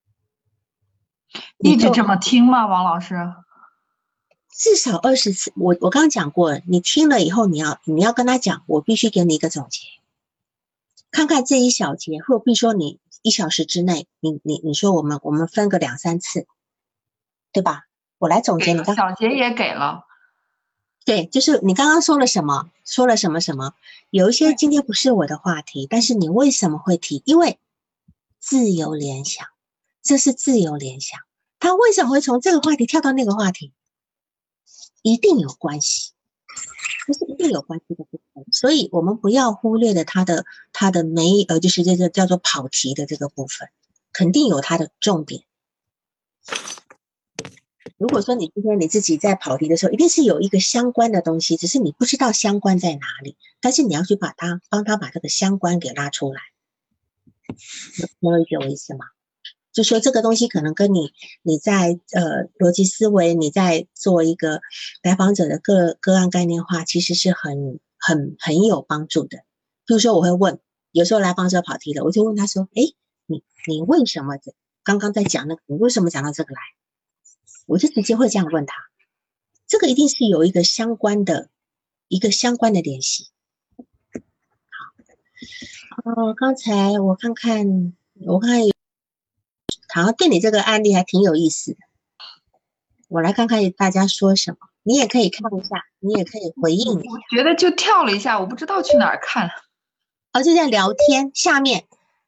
S2: 一直这么听吗，王老师？
S1: 至少20次。我刚刚讲过，你听了以后，你要跟他讲，我必须给你一个总结，看看这一小节，或必说你1小时之内，你说我们分个2、3次，对吧？我来总结你刚
S2: 小节也给了。
S1: 对，就是你刚刚说了什么，说了什么什么，有一些今天不是我的话题，但是你为什么会提？因为自由联想，这是自由联想，他为什么会从这个话题跳到那个话题？一定有关系，这是一定有关系的部分，所以我们不要忽略了他的就是这个叫做跑题的这个部分，肯定有他的重点。如果说你今天你自己在跑题的时候，一定是有一个相关的东西，只是你不知道相关在哪里，但是你要去帮他把这个相关给拉出来，能理解我意思吗？就说这个东西可能跟你在逻辑思维，你在做一个来访者的个案概念化，其实是很有帮助的。比如说我会问，有时候来访者跑题了，我就问他说，诶，你为什么刚刚在讲那个，你为什么讲到这个来？我就直接会这样问他，这个一定是有一个相关的联系。好，刚才我看好像对你这个案例还挺有意思的，我来看看大家说什么，你也可以看一下，你也可以回应一下。
S2: 我觉得就跳了一下，我不知道去哪儿看。
S1: 就在聊天下面，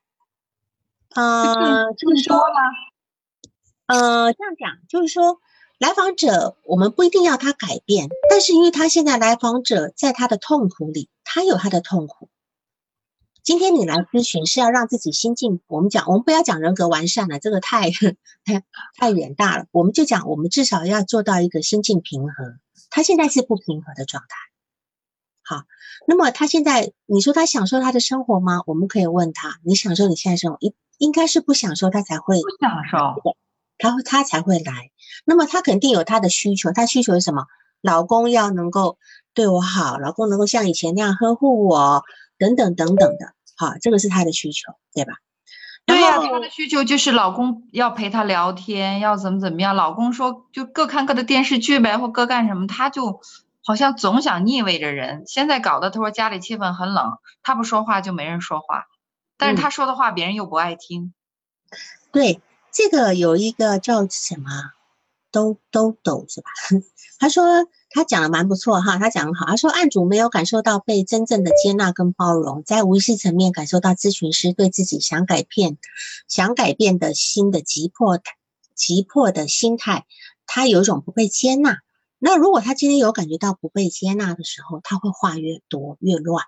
S1: 就是说这样讲，就是说来访者我们不一定要他改变，但是因为他现在来访者在他的痛苦里，他有他的痛苦。今天你来咨询是要让自己心境，我们不要讲人格完善了，这个太远大了。我们就讲，我们至少要做到一个心境平和。他现在是不平和的状态。好，那么他现在，你说他享受他的生活吗？我们可以问他，你享受你现在生活？应该是不享受，他才会
S2: 不享受，
S1: 他才会来。那么他肯定有他的需求，他需求是什么？老公要能够对我好，老公能够像以前那样呵护我，等等等等的。 好，这个是他的需求，对吧？然
S2: 对呀，
S1: 后
S2: 她的需求就是老公要陪她聊天，要怎么样。老公说就各看各的电视剧呗，或各干什么，她就好像总想腻味着人。现在搞得她说家里气氛很冷，她不说话就没人说话，但是她说的话别人又不爱听。
S1: 对，这个有一个叫什么抖是吧？他说他讲的蛮不错哈，他讲的好。他说案主没有感受到被真正的接纳跟包容，在无意识层面感受到咨询师对自己想改变的心的急迫的心态，他有一种不被接纳。那如果他今天有感觉到不被接纳的时候，他会话越多越乱，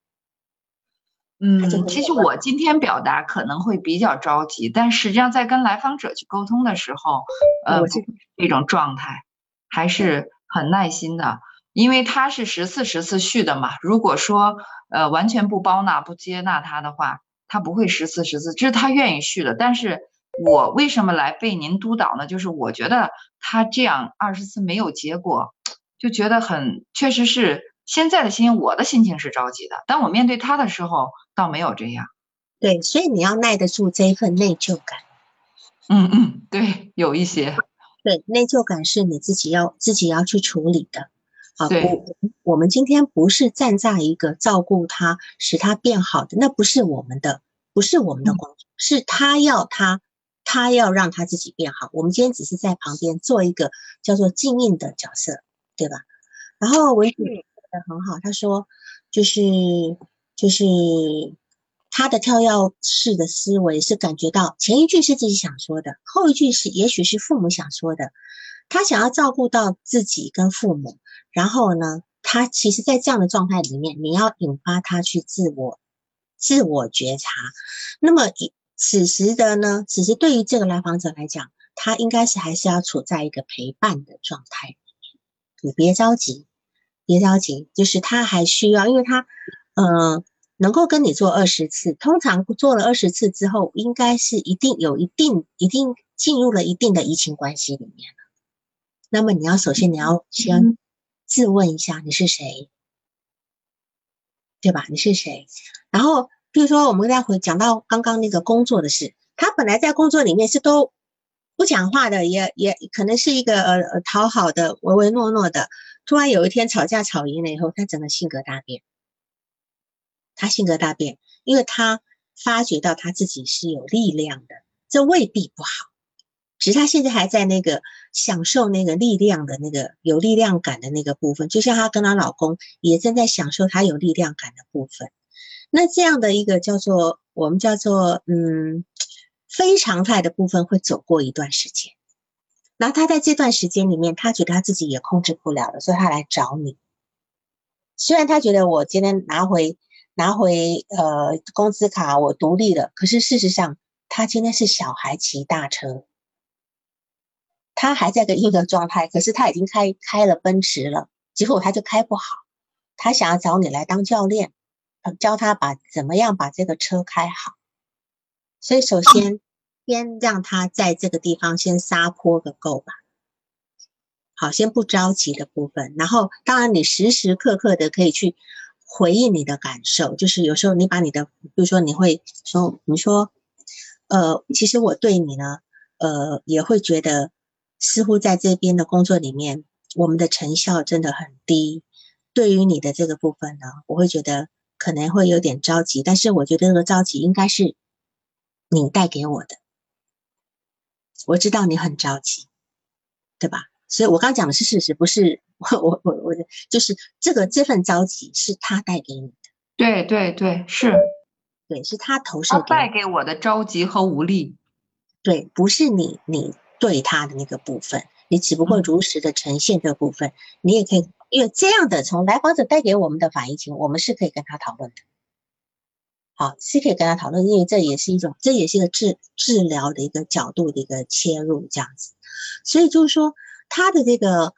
S1: 他就会
S2: 其实我今天表达可能会比较着急，但实际上在跟来访者去沟通的时候，
S1: 我是
S2: 不是这种状态，还是很耐心的，因为他是十次续的嘛。如果说完全不包纳、不接纳他的话，他不会十次，这是他愿意续的。但是我为什么来被您督导呢？就是我觉得他这样20次没有结果，就觉得确实是现在的我的心情是着急的，当我面对他的时候，倒没有这样。
S1: 对，所以你要耐得住这一份内疚感。
S2: 对，有一些，
S1: 对，内疚感是你自己要去处理的。好，
S2: 对，
S1: 我们今天不是站在一个照顾他，使他变好的，那不是我们的，不是我们的工作，是他要让他自己变好。我们今天只是在旁边做一个叫做静应的角色，对吧？然后文姐说的很好，她说就是就是他的跳跃式的思维是感觉到前一句是自己想说的，后一句是也许是父母想说的，他想要照顾到自己跟父母，然后呢，他其实在这样的状态里面，你要引发他去自我觉察。那么此时对于这个来访者来讲，他应该是还是要处在一个陪伴的状态里面，你别着急，别着急，就是他还需要，因为他能够跟你做20次，通常做了20次之后，应该是一定进入了一定的移情关系里面了。那么你要首先先自问一下你是谁，对吧？你是谁？然后比如说我们再讲到刚刚那个工作的事，他本来在工作里面是都不讲话的，也可能是一个讨好的唯唯诺诺的，突然有一天吵架吵赢了以后，他整个性格大变。他性格大变，因为他发觉到他自己是有力量的，这未必不好，只是他现在还在那个享受那个力量的那个有力量感的那个部分，就像她跟她老公也正在享受她有力量感的部分。那这样的一个我们叫做非常态的部分会走过一段时间，然后他在这段时间里面，他觉得他自己也控制不了了，所以他来找你。虽然他觉得我今天拿回工资卡，我独立了，可是事实上他今天是小孩骑大车，他还在个婴儿状态，可是他已经开了奔驰了，结果他就开不好，他想要找你来当教练，教他怎么样把这个车开好。所以首先让他在这个地方先撒泼个够吧。好，先不着急的部分，然后当然你时时刻刻的可以去回应你的感受，就是有时候你把你的，比如说你说其实我对你呢，也会觉得似乎在这边的工作里面，我们的成效真的很低。对于你的这个部分呢，我会觉得可能会有点着急，但是我觉得这个着急应该是你带给我的，我知道你很着急，对吧？所以我刚刚讲的是事实，不是我就是这份着急是他带给你的，
S2: 对，是
S1: 对，是他投
S2: 他
S1: 射给你，
S2: 带给我的着急和无力。
S1: 对，不是你对他的那个部分，你只不过如实的呈现这个部分，你也可以，因为这样的从来访者带给我们的反应情，我们是可以跟他讨论的，好，是可以跟他讨论，因为这也是一个治疗的一个角度的一个切入这样子，所以就是说他的这个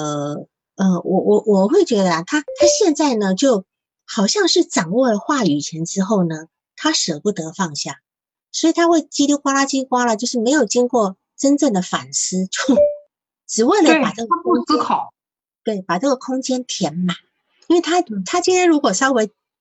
S1: 我会觉得啊，他现在呢就好像是掌握了话语权之后呢，他舍不得放下，所以他会叽里呱啦叽里呱啦，就是没有经过真正的反思，就只为了把这个空间，对，把这个空间填满。因为他今天如果稍微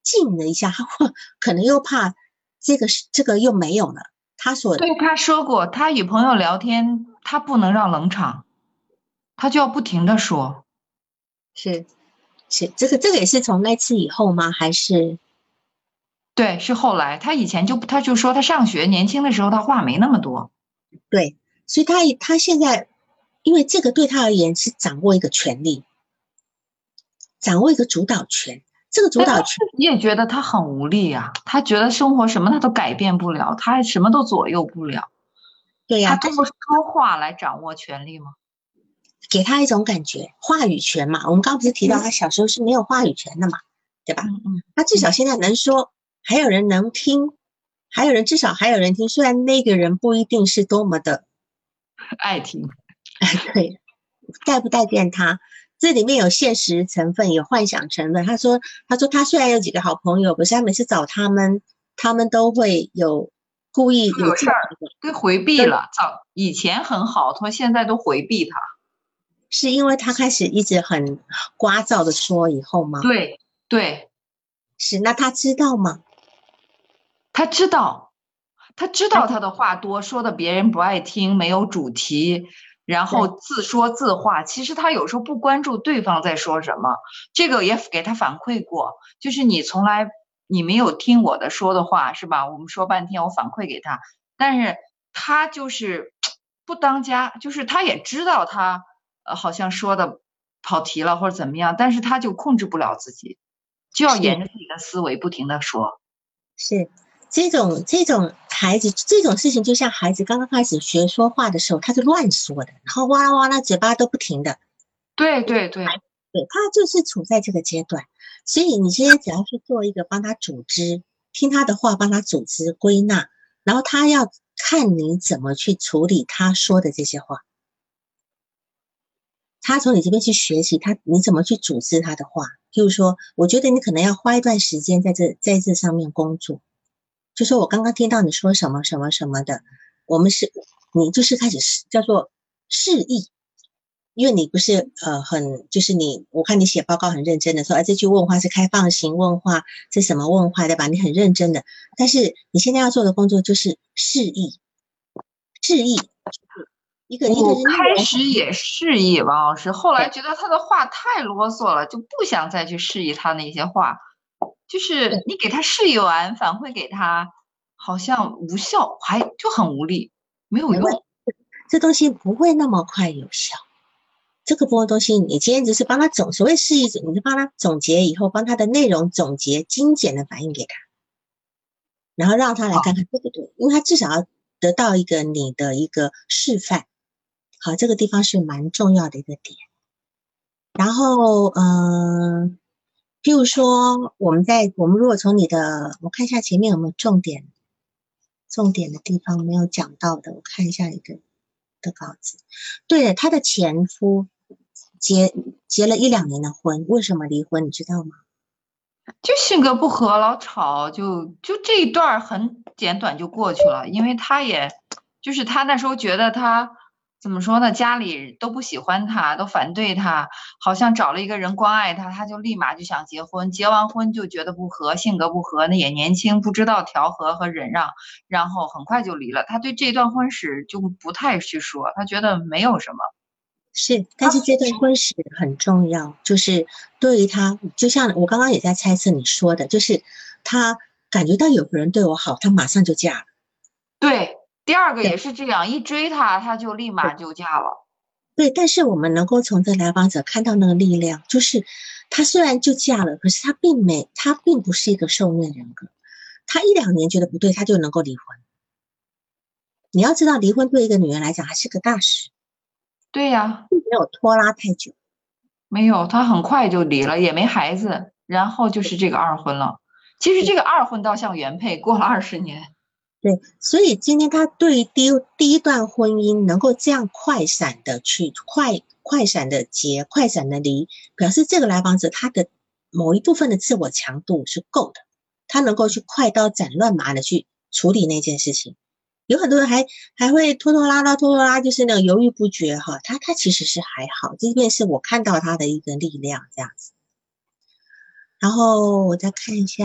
S1: 静了一下，他会可能又怕这个又没有了，他所
S2: 对，他说过，他与朋友聊天，他不能让冷场，他就要不停的说。
S1: 是这个也是从那次以后吗？还是
S2: 对，是后来，他以前他就说他上学年轻的时候他话没那么多。
S1: 对？所以他现在，因为这个对他而言是掌握一个权利，掌握一个主导权。这个主
S2: 但他自
S1: 导权，
S2: 己也觉得他很无力啊，他觉得生活什么他都改变不了，他什么都左右不了，
S1: 对呀、但是
S2: 他通过说话来掌握权力吗？
S1: 给他一种感觉，话语权嘛。我们刚刚不是提到他小时候是没有话语权的嘛，对吧？
S2: 嗯嗯
S1: 他至少
S2: 嗯，
S1: 现在能说，还有人能听，至少还有人听。虽然那个人不一定是多么的
S2: 爱听。
S1: 对，待不待见他，这里面有现实成分，有幻想成分。他说他虽然有几个好朋友，可是他每次找他们，他们都会有故意有这个，
S2: 出有事儿，对，回避了。以前很好，他说现在都回避他。
S1: 是因为他开始一直很聒噪的说以后吗？
S2: 对对，
S1: 是，那他知道吗？
S2: 他知道，他知
S1: 他
S2: 道他的话多，说的别人不爱听，没有主题，然后
S1: 对
S2: 自说自话。其实他有时候不关注对方在说什么，这个也给他反馈过，就是你没有听我的说的话是吧？我们说半天，我反馈给他，但是他就是不当家，就是他也知道他好像说的跑题了或者怎么样，但是他就控制不了自己，就要沿
S1: 是
S2: 着自己的思维不停的说。
S1: 是，这种孩子这种事情，就像孩子刚刚开始学说话的时候，他是乱说的，然后哇啦哇啦嘴巴都不停的。
S2: 对对对。
S1: 对，他就是处在这个阶段，所以你现在只要去做一个帮他组织，听他的话，帮他组织归纳，然后他要看你怎么去处理他说的这些话，他从你这边去学习你怎么去组织他的话。譬如说，我觉得你可能要花一段时间在这上面工作，就说我刚刚听到你说什么什么什么的，你就是开始叫做示意。因为你不是就是我看你写报告很认真的说，这句问话是开放型问话，是什么问话对吧？你很认真的，但是你现在要做的工作就是示意，示意就是一个是内
S2: 我开
S1: 容，
S2: 始也示意王老师，后来
S1: 对
S2: 觉得他的话太啰嗦了，就不想再去示意他那些话。就是
S1: 对，
S2: 你给他示意完，反馈给他，好像无效，就很无力，没有
S1: 没问题，
S2: 用。
S1: 这东西不会那么快有效。这个部分东西，你今天只是帮他所谓示意，你是帮他总结以后，帮他的内容总结精简的反映给他。然后让他来看看对不对，因为他至少要得到一个你的一个示范。好，这个地方是蛮重要的一个点。然后，譬如说，我们如果从我看一下前面有没有重点的地方没有讲到的，我看一下你的稿子。对了，他的前夫结了1-2年的婚，为什么离婚？你知道吗？
S2: 就性格不合，老吵，就这一段儿很简短就过去了，因为就是他那时候觉得他怎么说呢，家里都不喜欢他，都反对他，好像找了一个人关爱他，他就立马就想结婚，结完婚就觉得不合，性格不合，那也年轻，不知道调和和忍让，然后很快就离了。他对这段婚史就不太去说，他觉得没有什么。
S1: 是，但是这段婚史很重要，就是对于他，就像我刚刚也在猜测你说的，就是他感觉到有个人对我好，他马上就嫁了。
S2: 对，第二个
S1: 对
S2: 也是这样，一追他，他就立马就嫁了。
S1: 对，但是我们能够从这来访者看到那个力量，就是他虽然就嫁了，可是他并不是一个受虐人格，他1-2年觉得不对，他就能够离婚。你要知道，离婚对一个女人来讲还是个大事，
S2: 对呀。
S1: 并没有拖拉太久。
S2: 没有，他很快就离了，也没孩子，然后就是这个二婚了。其实这个二婚倒像原配，过了20年。
S1: 对，所以今天他对于第一段婚姻能够这样快闪的去快闪的结，快闪的离，表示这个来访者他的某一部分的自我强度是够的，他能够去快刀斩乱麻的去处理那件事情。有很多人还会拖拖拉拉，就是那种犹豫不决哈，他其实是还好，这边是我看到他的一个力量这样子。 然后我再看一下，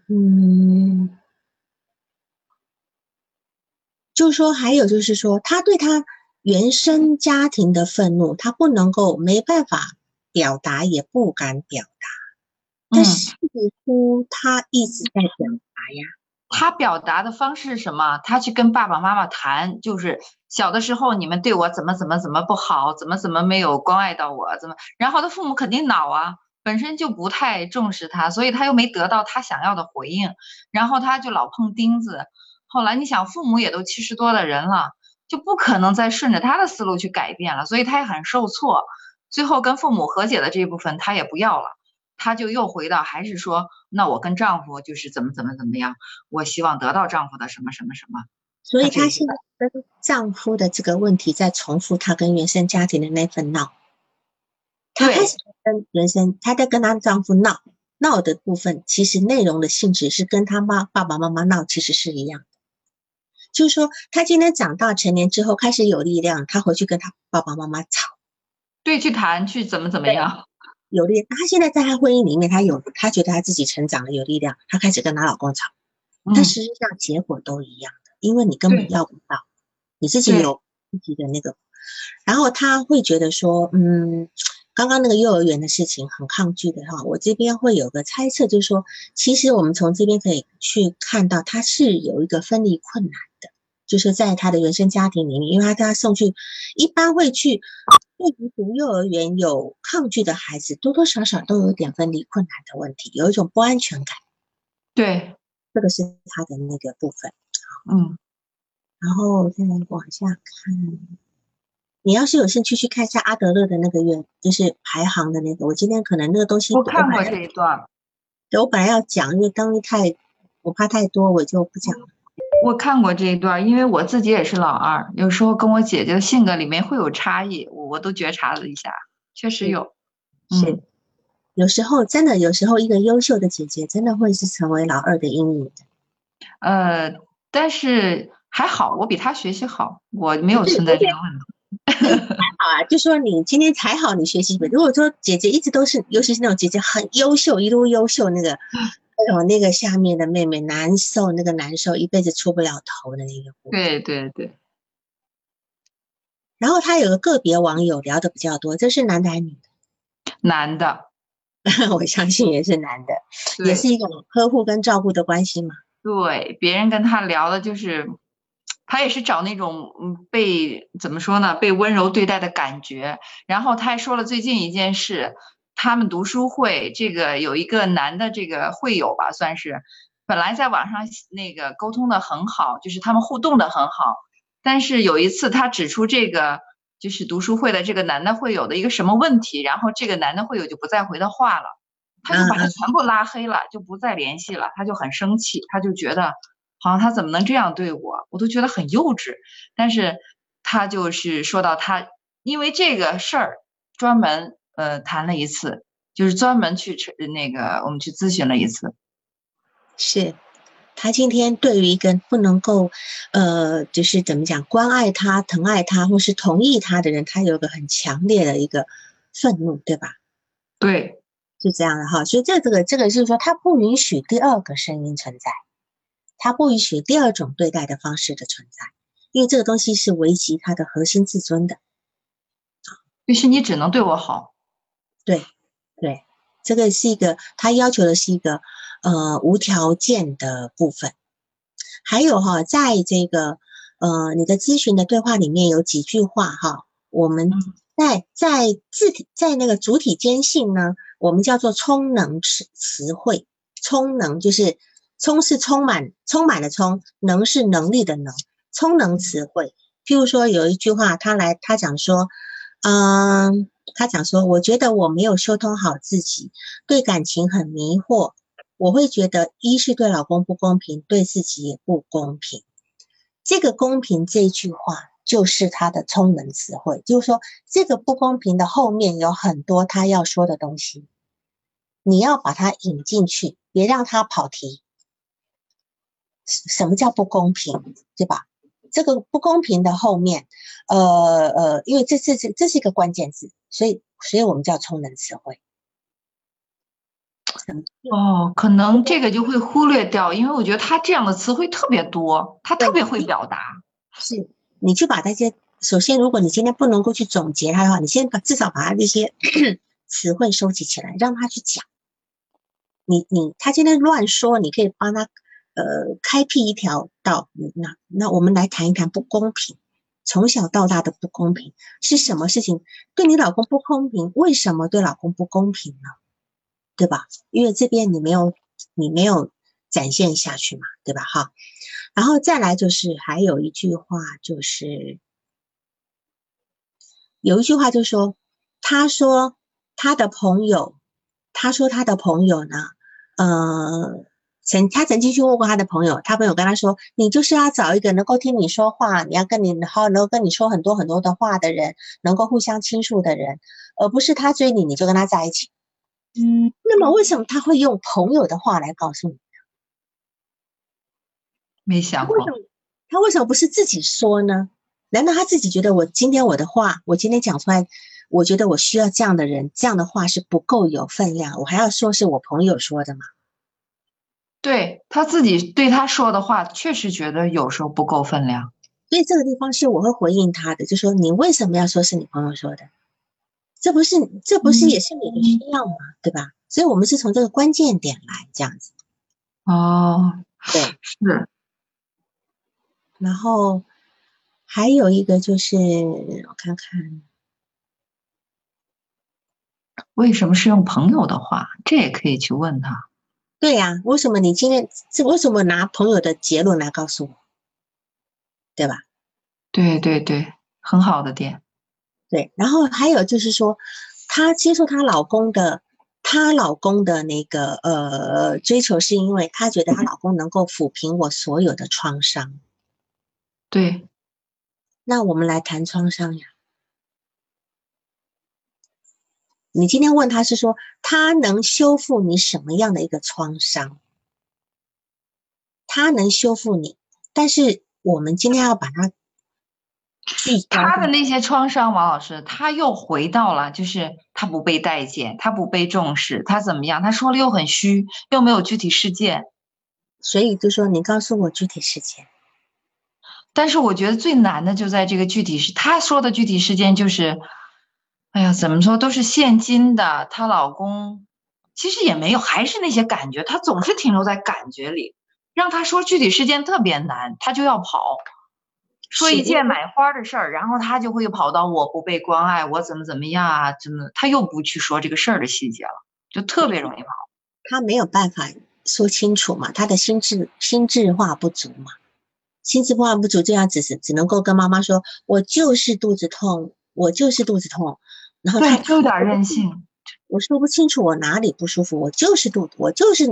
S1: 就是说还有就是说，他对他原生家庭的愤怒，他不能够没办法表达，也不敢表达，但
S2: 嗯。
S1: 似乎他一直在表达呀。
S2: 他表达的方式是什么？他去跟爸爸妈妈谈，就是小的时候你们对我怎么不好，怎么没有关爱到我，然后他父母肯定恼啊，本身就不太重视他，所以他又没得到他想要的回应，然后他就老碰钉子。后来你想，父母也都70多的人了，就不可能再顺着他的思路去改变了，所以他也很受挫。最后跟父母和解的这一部分他也不要了，他就又回到还是说，那我跟丈夫就是怎么样。我希望得到丈夫的什么什么什么，
S1: 所以
S2: 他这一
S1: 她现在跟丈夫的这个问题在重复她跟原生家庭的那份闹。她开始
S2: 对
S1: 她在跟她丈夫闹的部分，其实内容的性质是跟她爸爸妈妈闹其实是一样的。就是说，她今天长大成年之后开始有力量，她回去跟她爸爸妈妈吵，
S2: 对，去谈去怎么样，
S1: 有力。她现在在她婚姻里面，她觉得她自己成长了，有力量，她开始跟她老公吵，但
S2: 嗯，
S1: 实际上结果都一样的，因为你根本
S2: 对
S1: 要不到，你自己
S2: 对，
S1: 有自己的那个。然后他会觉得说，刚刚那个幼儿园的事情很抗拒的哈，我这边会有个猜测，就是说，其实我们从这边可以去看到，他是有一个分离困难的，就是在他的原生家庭里面，因为他送去，一般会去对于读幼儿园有抗拒的孩子，多多少少都有点分离困难的问题，有一种不安全感，
S2: 对，
S1: 这个是他的那个部分。
S2: 嗯，
S1: 然后再来往下看。你要是有兴趣去看一下阿德勒的那个月，就是排行的那个，我今天可能那个东西
S2: 我看过这一段，
S1: 我本来要讲，因为当时我怕太多，我就不讲了。
S2: 我看过这一段，因为我自己也是老二，有时候跟我姐姐的性格里面会有差异，我都觉察了一下，确实
S1: 是
S2: 有，
S1: 是，有时候真的，有时候一个优秀的姐姐真的会是成为老二的阴影的。
S2: 呃，但是还好，我比她学习好，我没有存在这个问题。
S1: 好啊，就说你今天才好，你学习如果说姐姐一直都是，尤其是那种姐姐很优秀，一路优秀那个下面的妹妹难受，那个难受一辈子出不了头的那个部分。
S2: 对对对，
S1: 然后他有个别网友聊的比较多，这是男的还是女的？
S2: 男的，
S1: 我相信也是男的，也是
S2: 对。
S1: 一种呵护跟照顾的关系嘛。
S2: 对，别人跟他聊的就是，他也是找那种被怎么说呢，被温柔对待的感觉。然后他还说了最近一件事，他们读书会这个有一个男的这个会友吧，算是本来在网上那个沟通的很好，就是他们互动的很好，但是有一次他指出这个就是读书会的这个男的会友的一个什么问题，然后这个男的会友就不再回他话了。他就把他
S1: 嗯嗯，
S2: 全部拉黑了，就不再联系了。他就很生气，他就觉得好像他怎么能这样对我，我都觉得很幼稚。但是他就是说到他因为这个事儿专门谈了一次，就是专门去那个我们去咨询了一次。
S1: 是他今天对于一个不能够，就是怎么讲，关爱他、疼爱他或是同意他的人，他有个很强烈的一个愤怒，对吧？
S2: 对
S1: 是这样的哈，所以这个是说，他不允许第二个声音存在，他不允许第二种对待的方式的存在，因为这个东西是危及他的核心自尊的。
S2: 就是你只能对我好。
S1: 对对，这个是一个他要求的是一个无条件的部分。还有哈，在这个你的咨询的对话里面有几句话哈，我们
S2: 嗯
S1: 在字体在那个主体间性呢，我们叫做充能词汇，充能就是充是充满的充，能是能力的能，充能词汇。譬如说有一句话，他讲说，他讲说，我觉得我没有修通好自己，对感情很迷惑。我会觉得，一是对老公不公平，对自己也不公平。这个公平这一句话，就是他的充能词汇，就是说，这个不公平的后面有很多他要说的东西，你要把它引进去，别让他跑题。什么叫不公平，对吧？这个不公平的后面，因为这是一个关键字，所以我们叫充能词汇。
S2: 哦，可能这个就会忽略掉，因为我觉得他这样的词汇特别多，他特
S1: 对，
S2: 别会表达。
S1: 是，你就把那些，首先，如果你今天不能够去总结它的话，你先至少把它这些词汇收集起来，让他去讲。他今天乱说，你可以帮他开辟一条道。那我们来谈一谈不公平，从小到大的不公平是什么事情？对你老公不公平，为什么对老公不公平呢？对吧？因为这边你没有展现下去嘛，对吧？哈，然后再来就是还有一句话，就是有一句话就说，他说他的朋友，他说他的朋友呢，他曾经去问过他的朋友，他朋友跟他说，你就是要找一个能够听你说话，你要跟你好，能够跟你说很多很多的话的人，能够互相倾诉的人，而不是他追你你就跟他在一起。那么为什么他会用朋友的话来告诉你？
S2: 没想过。
S1: 他为什么不是自己说呢？难道他自己觉得我今天我的话，我今天讲出来，我觉得我需要这样的人，这样的话是不够有分量，我还要说是我朋友说的嘛？
S2: 对他自己对他说的话，确实觉得有时候不够分量。
S1: 所以这个地方是我会回应他的，就说你为什么要说是你朋友说的？这不是也是你的需要吗？对吧？所以我们是从这个关键点来这样子。
S2: 哦，
S1: 对，
S2: 是。
S1: 然后还有一个就是我看看。
S2: 为什么是用朋友的话？这也可以去问他。
S1: 对呀，为什么你今天为什么拿朋友的结论来告诉我，对吧？
S2: 对对对，很好的点。
S1: 对，然后还有就是说，她接受她老公的那个追求，是因为她觉得她老公能够抚平我所有的创伤。
S2: 对，
S1: 那我们来谈创伤呀。你今天问他是说，他能修复你什么样的一个创伤？他能修复你，但是我们今天要把它聚焦在
S2: 他的那些创伤，王老师，他又回到了，就是他不被待见，他不被重视，他怎么样？他说了又很虚，又没有具体事件。
S1: 所以就说你告诉我具体事件。
S2: 但是我觉得最难的就在这个具体事，他说的具体事件就是，哎呀，怎么说都是现今的，她老公其实也没有，还是那些感觉，他总是停留在感觉里，让他说具体事件特别难，他就要跑。说
S1: 是因为
S2: 一件买花的事儿，然后他就会跑到我不被关爱，我怎么样啊，怎么他又不去说这个事儿的细节了，就特别容易跑。
S1: 他没有办法说清楚嘛，他的心智化不足嘛。心智化不足，这样只能够跟妈妈说，我就是肚子痛，我就是肚子痛。然后
S2: 对，就有点任性。
S1: 我说不清楚我哪里不舒服，我就是肚子，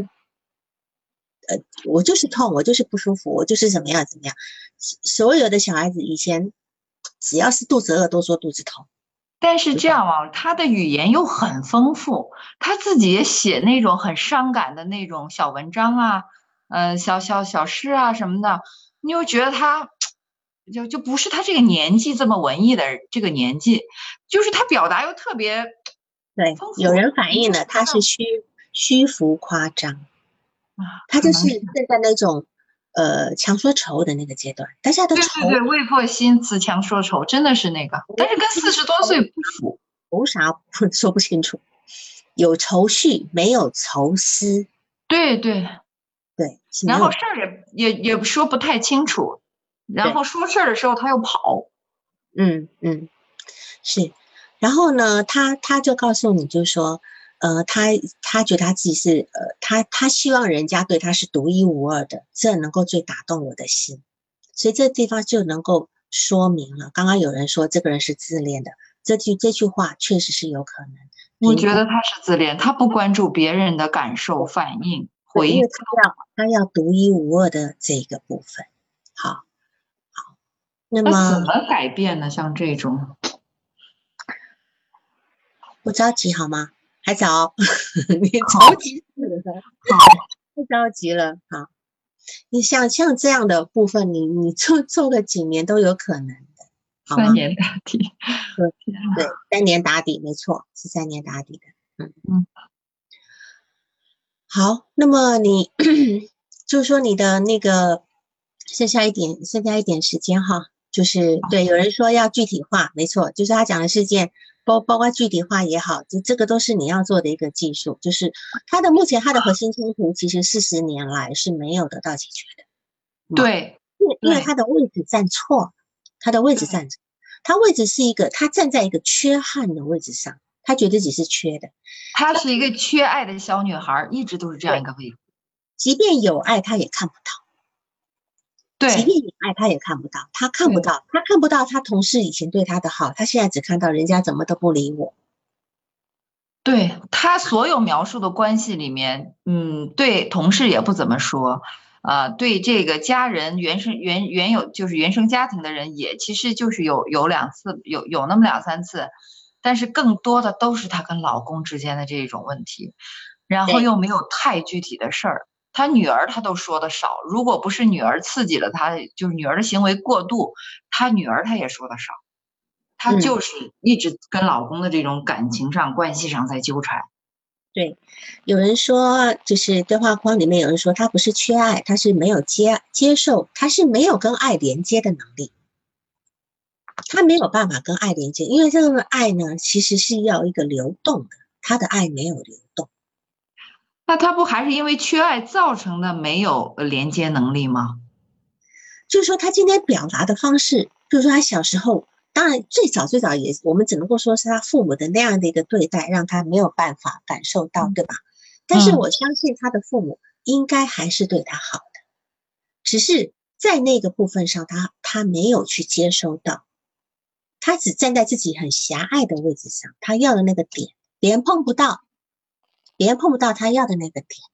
S1: 我就是痛，我就是不舒服，我就是怎么样怎么样。所有的小孩子以前只要是肚子饿都说肚子痛。
S2: 但是这样啊，他的语言又很丰富，他自己也写那种很伤感的那种小文章啊，小诗啊什么的，你又觉得他就不是他这个年纪这么文艺的这个年纪，就是他表达又特别
S1: 对，
S2: 丰富。
S1: 有人反映了他是虚浮夸张。
S2: 啊，
S1: 他就是
S2: 可能是。
S1: 正在那种强说愁的那个阶段，大家都愁。
S2: 对对对，未破心，自强说愁，真的是那个，但是跟40多岁不符。
S1: 愁啥说不清楚，有愁绪没有愁思。
S2: 对对，
S1: 对，是没有。
S2: 然后事儿也说不太清楚，然
S1: 对，
S2: 后说事儿的时候他又跑。
S1: 嗯嗯。是。然后呢，他就告诉你，就说，他觉得他自己是，他希望人家对他是独一无二的，这能够最打动我的心。所以这地方就能够说明了，刚刚有人说这个人是自恋的，这句话确实是有可能。
S2: 我觉得他是自恋，他不关注别人的感受、反应、
S1: 对，
S2: 回应。
S1: 因为他要独一无二的这个部分。好，那
S2: 那怎
S1: 么
S2: 么改变呢？像这种。
S1: 不着急好吗？还早，你着
S2: 好。
S1: 急死了，
S2: 好。
S1: 不着急了。好。你像这样的部分，你做个几年都有可能的，好吗？
S2: 三年答题。
S1: 对
S2: 天呐。
S1: 对，3年打底，没错，是3年打底的。嗯。
S2: 嗯。
S1: 好，那么你就是说你的那个剩下一点时间哈，就是对，有人说要具体化，没错，就是他讲的事件，包括具体化也好，这个都是你要做的一个技术，就是目前它的核心冲突其实40年来是没有得到解决的，
S2: 对
S1: 因为
S2: 对
S1: 它的位置站错，它的位置
S2: 对，
S1: 站错，它位置是它站在一个缺憾的位置上，他觉得自己是缺的。
S2: 她是一个缺爱的小女孩，一直都是这样一
S1: 对，
S2: 个位置。
S1: 即便有爱，他也看不到。即
S2: 对
S1: 便有爱，他也看不到。他看不
S2: 对
S1: 到，他看不到他同事以前对他的好，他现在只看到人家怎么都不理我。
S2: 对，她所有描述的关系里面，对同事也不怎么说，对这个家人原有就是原生家庭的人也其实就是有2次，有那么2、3次，但是更多的都是她跟老公之间的这种问题，然后
S1: 对，
S2: 又没有太具体的事儿。她女儿她都说的少，如果不是女儿刺激了她，就是女儿的行为过度，她女儿她也说的少。她
S1: 嗯，
S2: 就是一直跟老公的这种感情上、关系上在纠缠。
S1: 对。有人说，就是对话框里面有人说，他不是缺爱，他是没有接受，他是没有跟爱连接的能力，他没有办法跟爱连接，因为这个爱呢，其实是要一个流动的，他的爱没有流动。
S2: 那他不还是因为缺爱造成的没有连接能力吗？
S1: 就是说他今天表达的方式，比如说他小时候，当然最早也，我们只能够说是他父母的那样的一个对待，让他没有办法感受到，对吧？但是
S2: 嗯，
S1: 我相信他的父母应该还是对他好的，只是在那个部分上他没有去接收到，他只站在自己很狭隘的位置上，他要的那个点，别人碰不到，别人碰不到他要的那个点。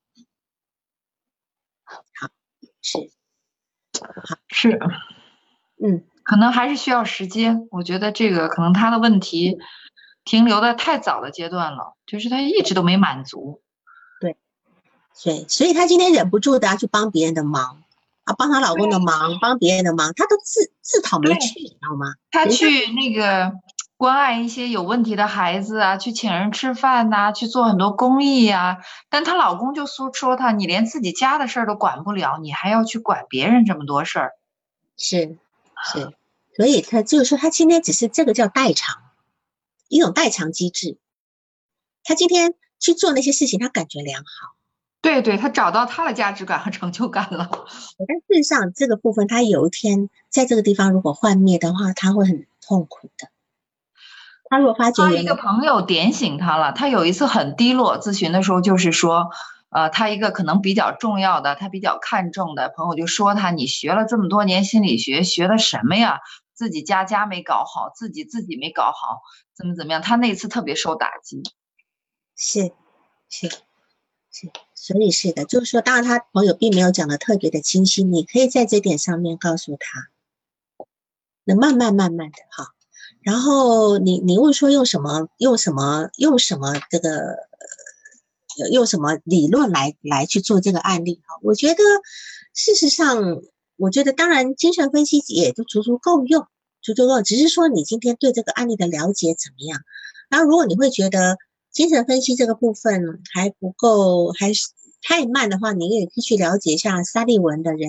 S1: 好，是，好，
S2: 是，
S1: 嗯，
S2: 可能还是需要时间。我觉得这个可能他的问题停留在太早的阶段了，就是他一直都没满足。
S1: 对。所以她今天忍不住的要去帮别人的忙啊，帮她老公的
S2: 对
S1: 忙，帮别人的忙，她都自讨没
S2: 对，
S1: 趣，你知道吗？人家
S2: 他去那个关爱一些有问题的孩子啊，去请人吃饭呐、去做很多公益呀、但她老公就说她，你连自己家的事儿都管不了，你还要去管别人这么多事儿。
S1: 是，所以她就是说，她今天只是这个叫代偿，一种代偿机制。她今天去做那些事情，她感觉良好，
S2: 对对，他找到他的价值感和成就感了。
S1: 但事实上这个部分，她有一天在这个地方如果幻灭的话，她会很痛苦的。她如果发觉
S2: 他一个
S1: 原来
S2: 朋友点醒他了，他有一次很低落，咨询的时候就是说，他一个可能比较重要的，他比较看重的朋友就说他，你学了这么多年心理学，学的什么呀？自己家没搞好，自己没搞好，怎么样？他那次特别受打击。
S1: 是是所以是的，就是说，当然他朋友并没有讲的特别的清晰，你可以在这点上面告诉他，那慢慢的哈。然后你问说用什么这个用什么理论来去做这个案例哈？我觉得事实上，我觉得当然精神分析也都足够用，足够用，只是说你今天对这个案例的了解怎么样。然后如果你会觉得精神分析这个部分还不够，还是太慢的话，你也可以去了解一下沙利文的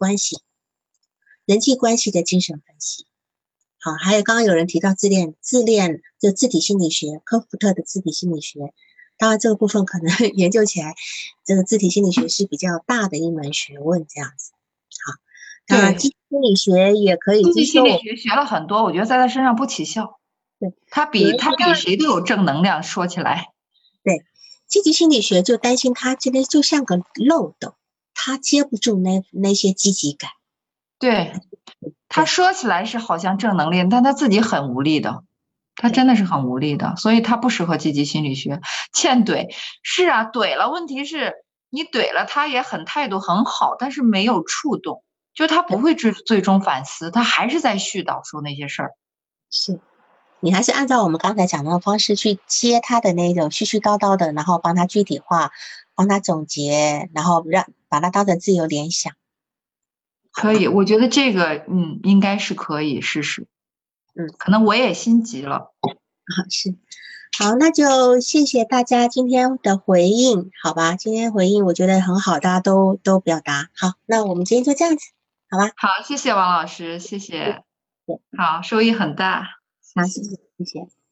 S1: 人际关系的精神分析。好，还有刚刚有人提到自恋这自体心理学，科福特的自体心理学。当然，这个部分可能研究起来，这个自体心理学是比较大的一门学问，这样子。好，当然，
S2: 对，
S1: 积极心理学也可以，
S2: 经济
S1: 就是说我
S2: 心理学学了很多，我觉得在他身上不起效。
S1: 对
S2: 他比他
S1: 有人提到
S2: 比谁都有正能量，说起来。
S1: 对积极心理学就担心他今天就像个漏斗，他接不住那些积极感。
S2: 对，他
S1: 对
S2: 说起来是好像正能量，但他自己很无力的，他
S1: 对
S2: 真的是很无力的，所以他不适合积极心理学。欠怼，是啊，怼了，问题是你怼了，他也很态度很好，但是没有触动，就他不
S1: 对，
S2: 会最终反思，他还是在絮叨说那些事儿。
S1: 是。你还是按照我们刚才讲的方式去接他的那种絮絮叨叨的，然后帮他具体化，帮他总结，然后把它当成自由联想，好吧？
S2: 可以，我觉得这个应该是可以试试，
S1: 嗯，
S2: 可能我也心急了。
S1: 好，是。 好，那就谢谢大家今天的回应，好吧？今天回应我觉得很好，大家都表达好，那我们今天就这样子，好吧？
S2: 好，谢谢王老师，谢谢，
S1: 对，
S2: 好，收益很大，谢
S1: 好，
S2: 谢。
S1: 谢谢，谢谢。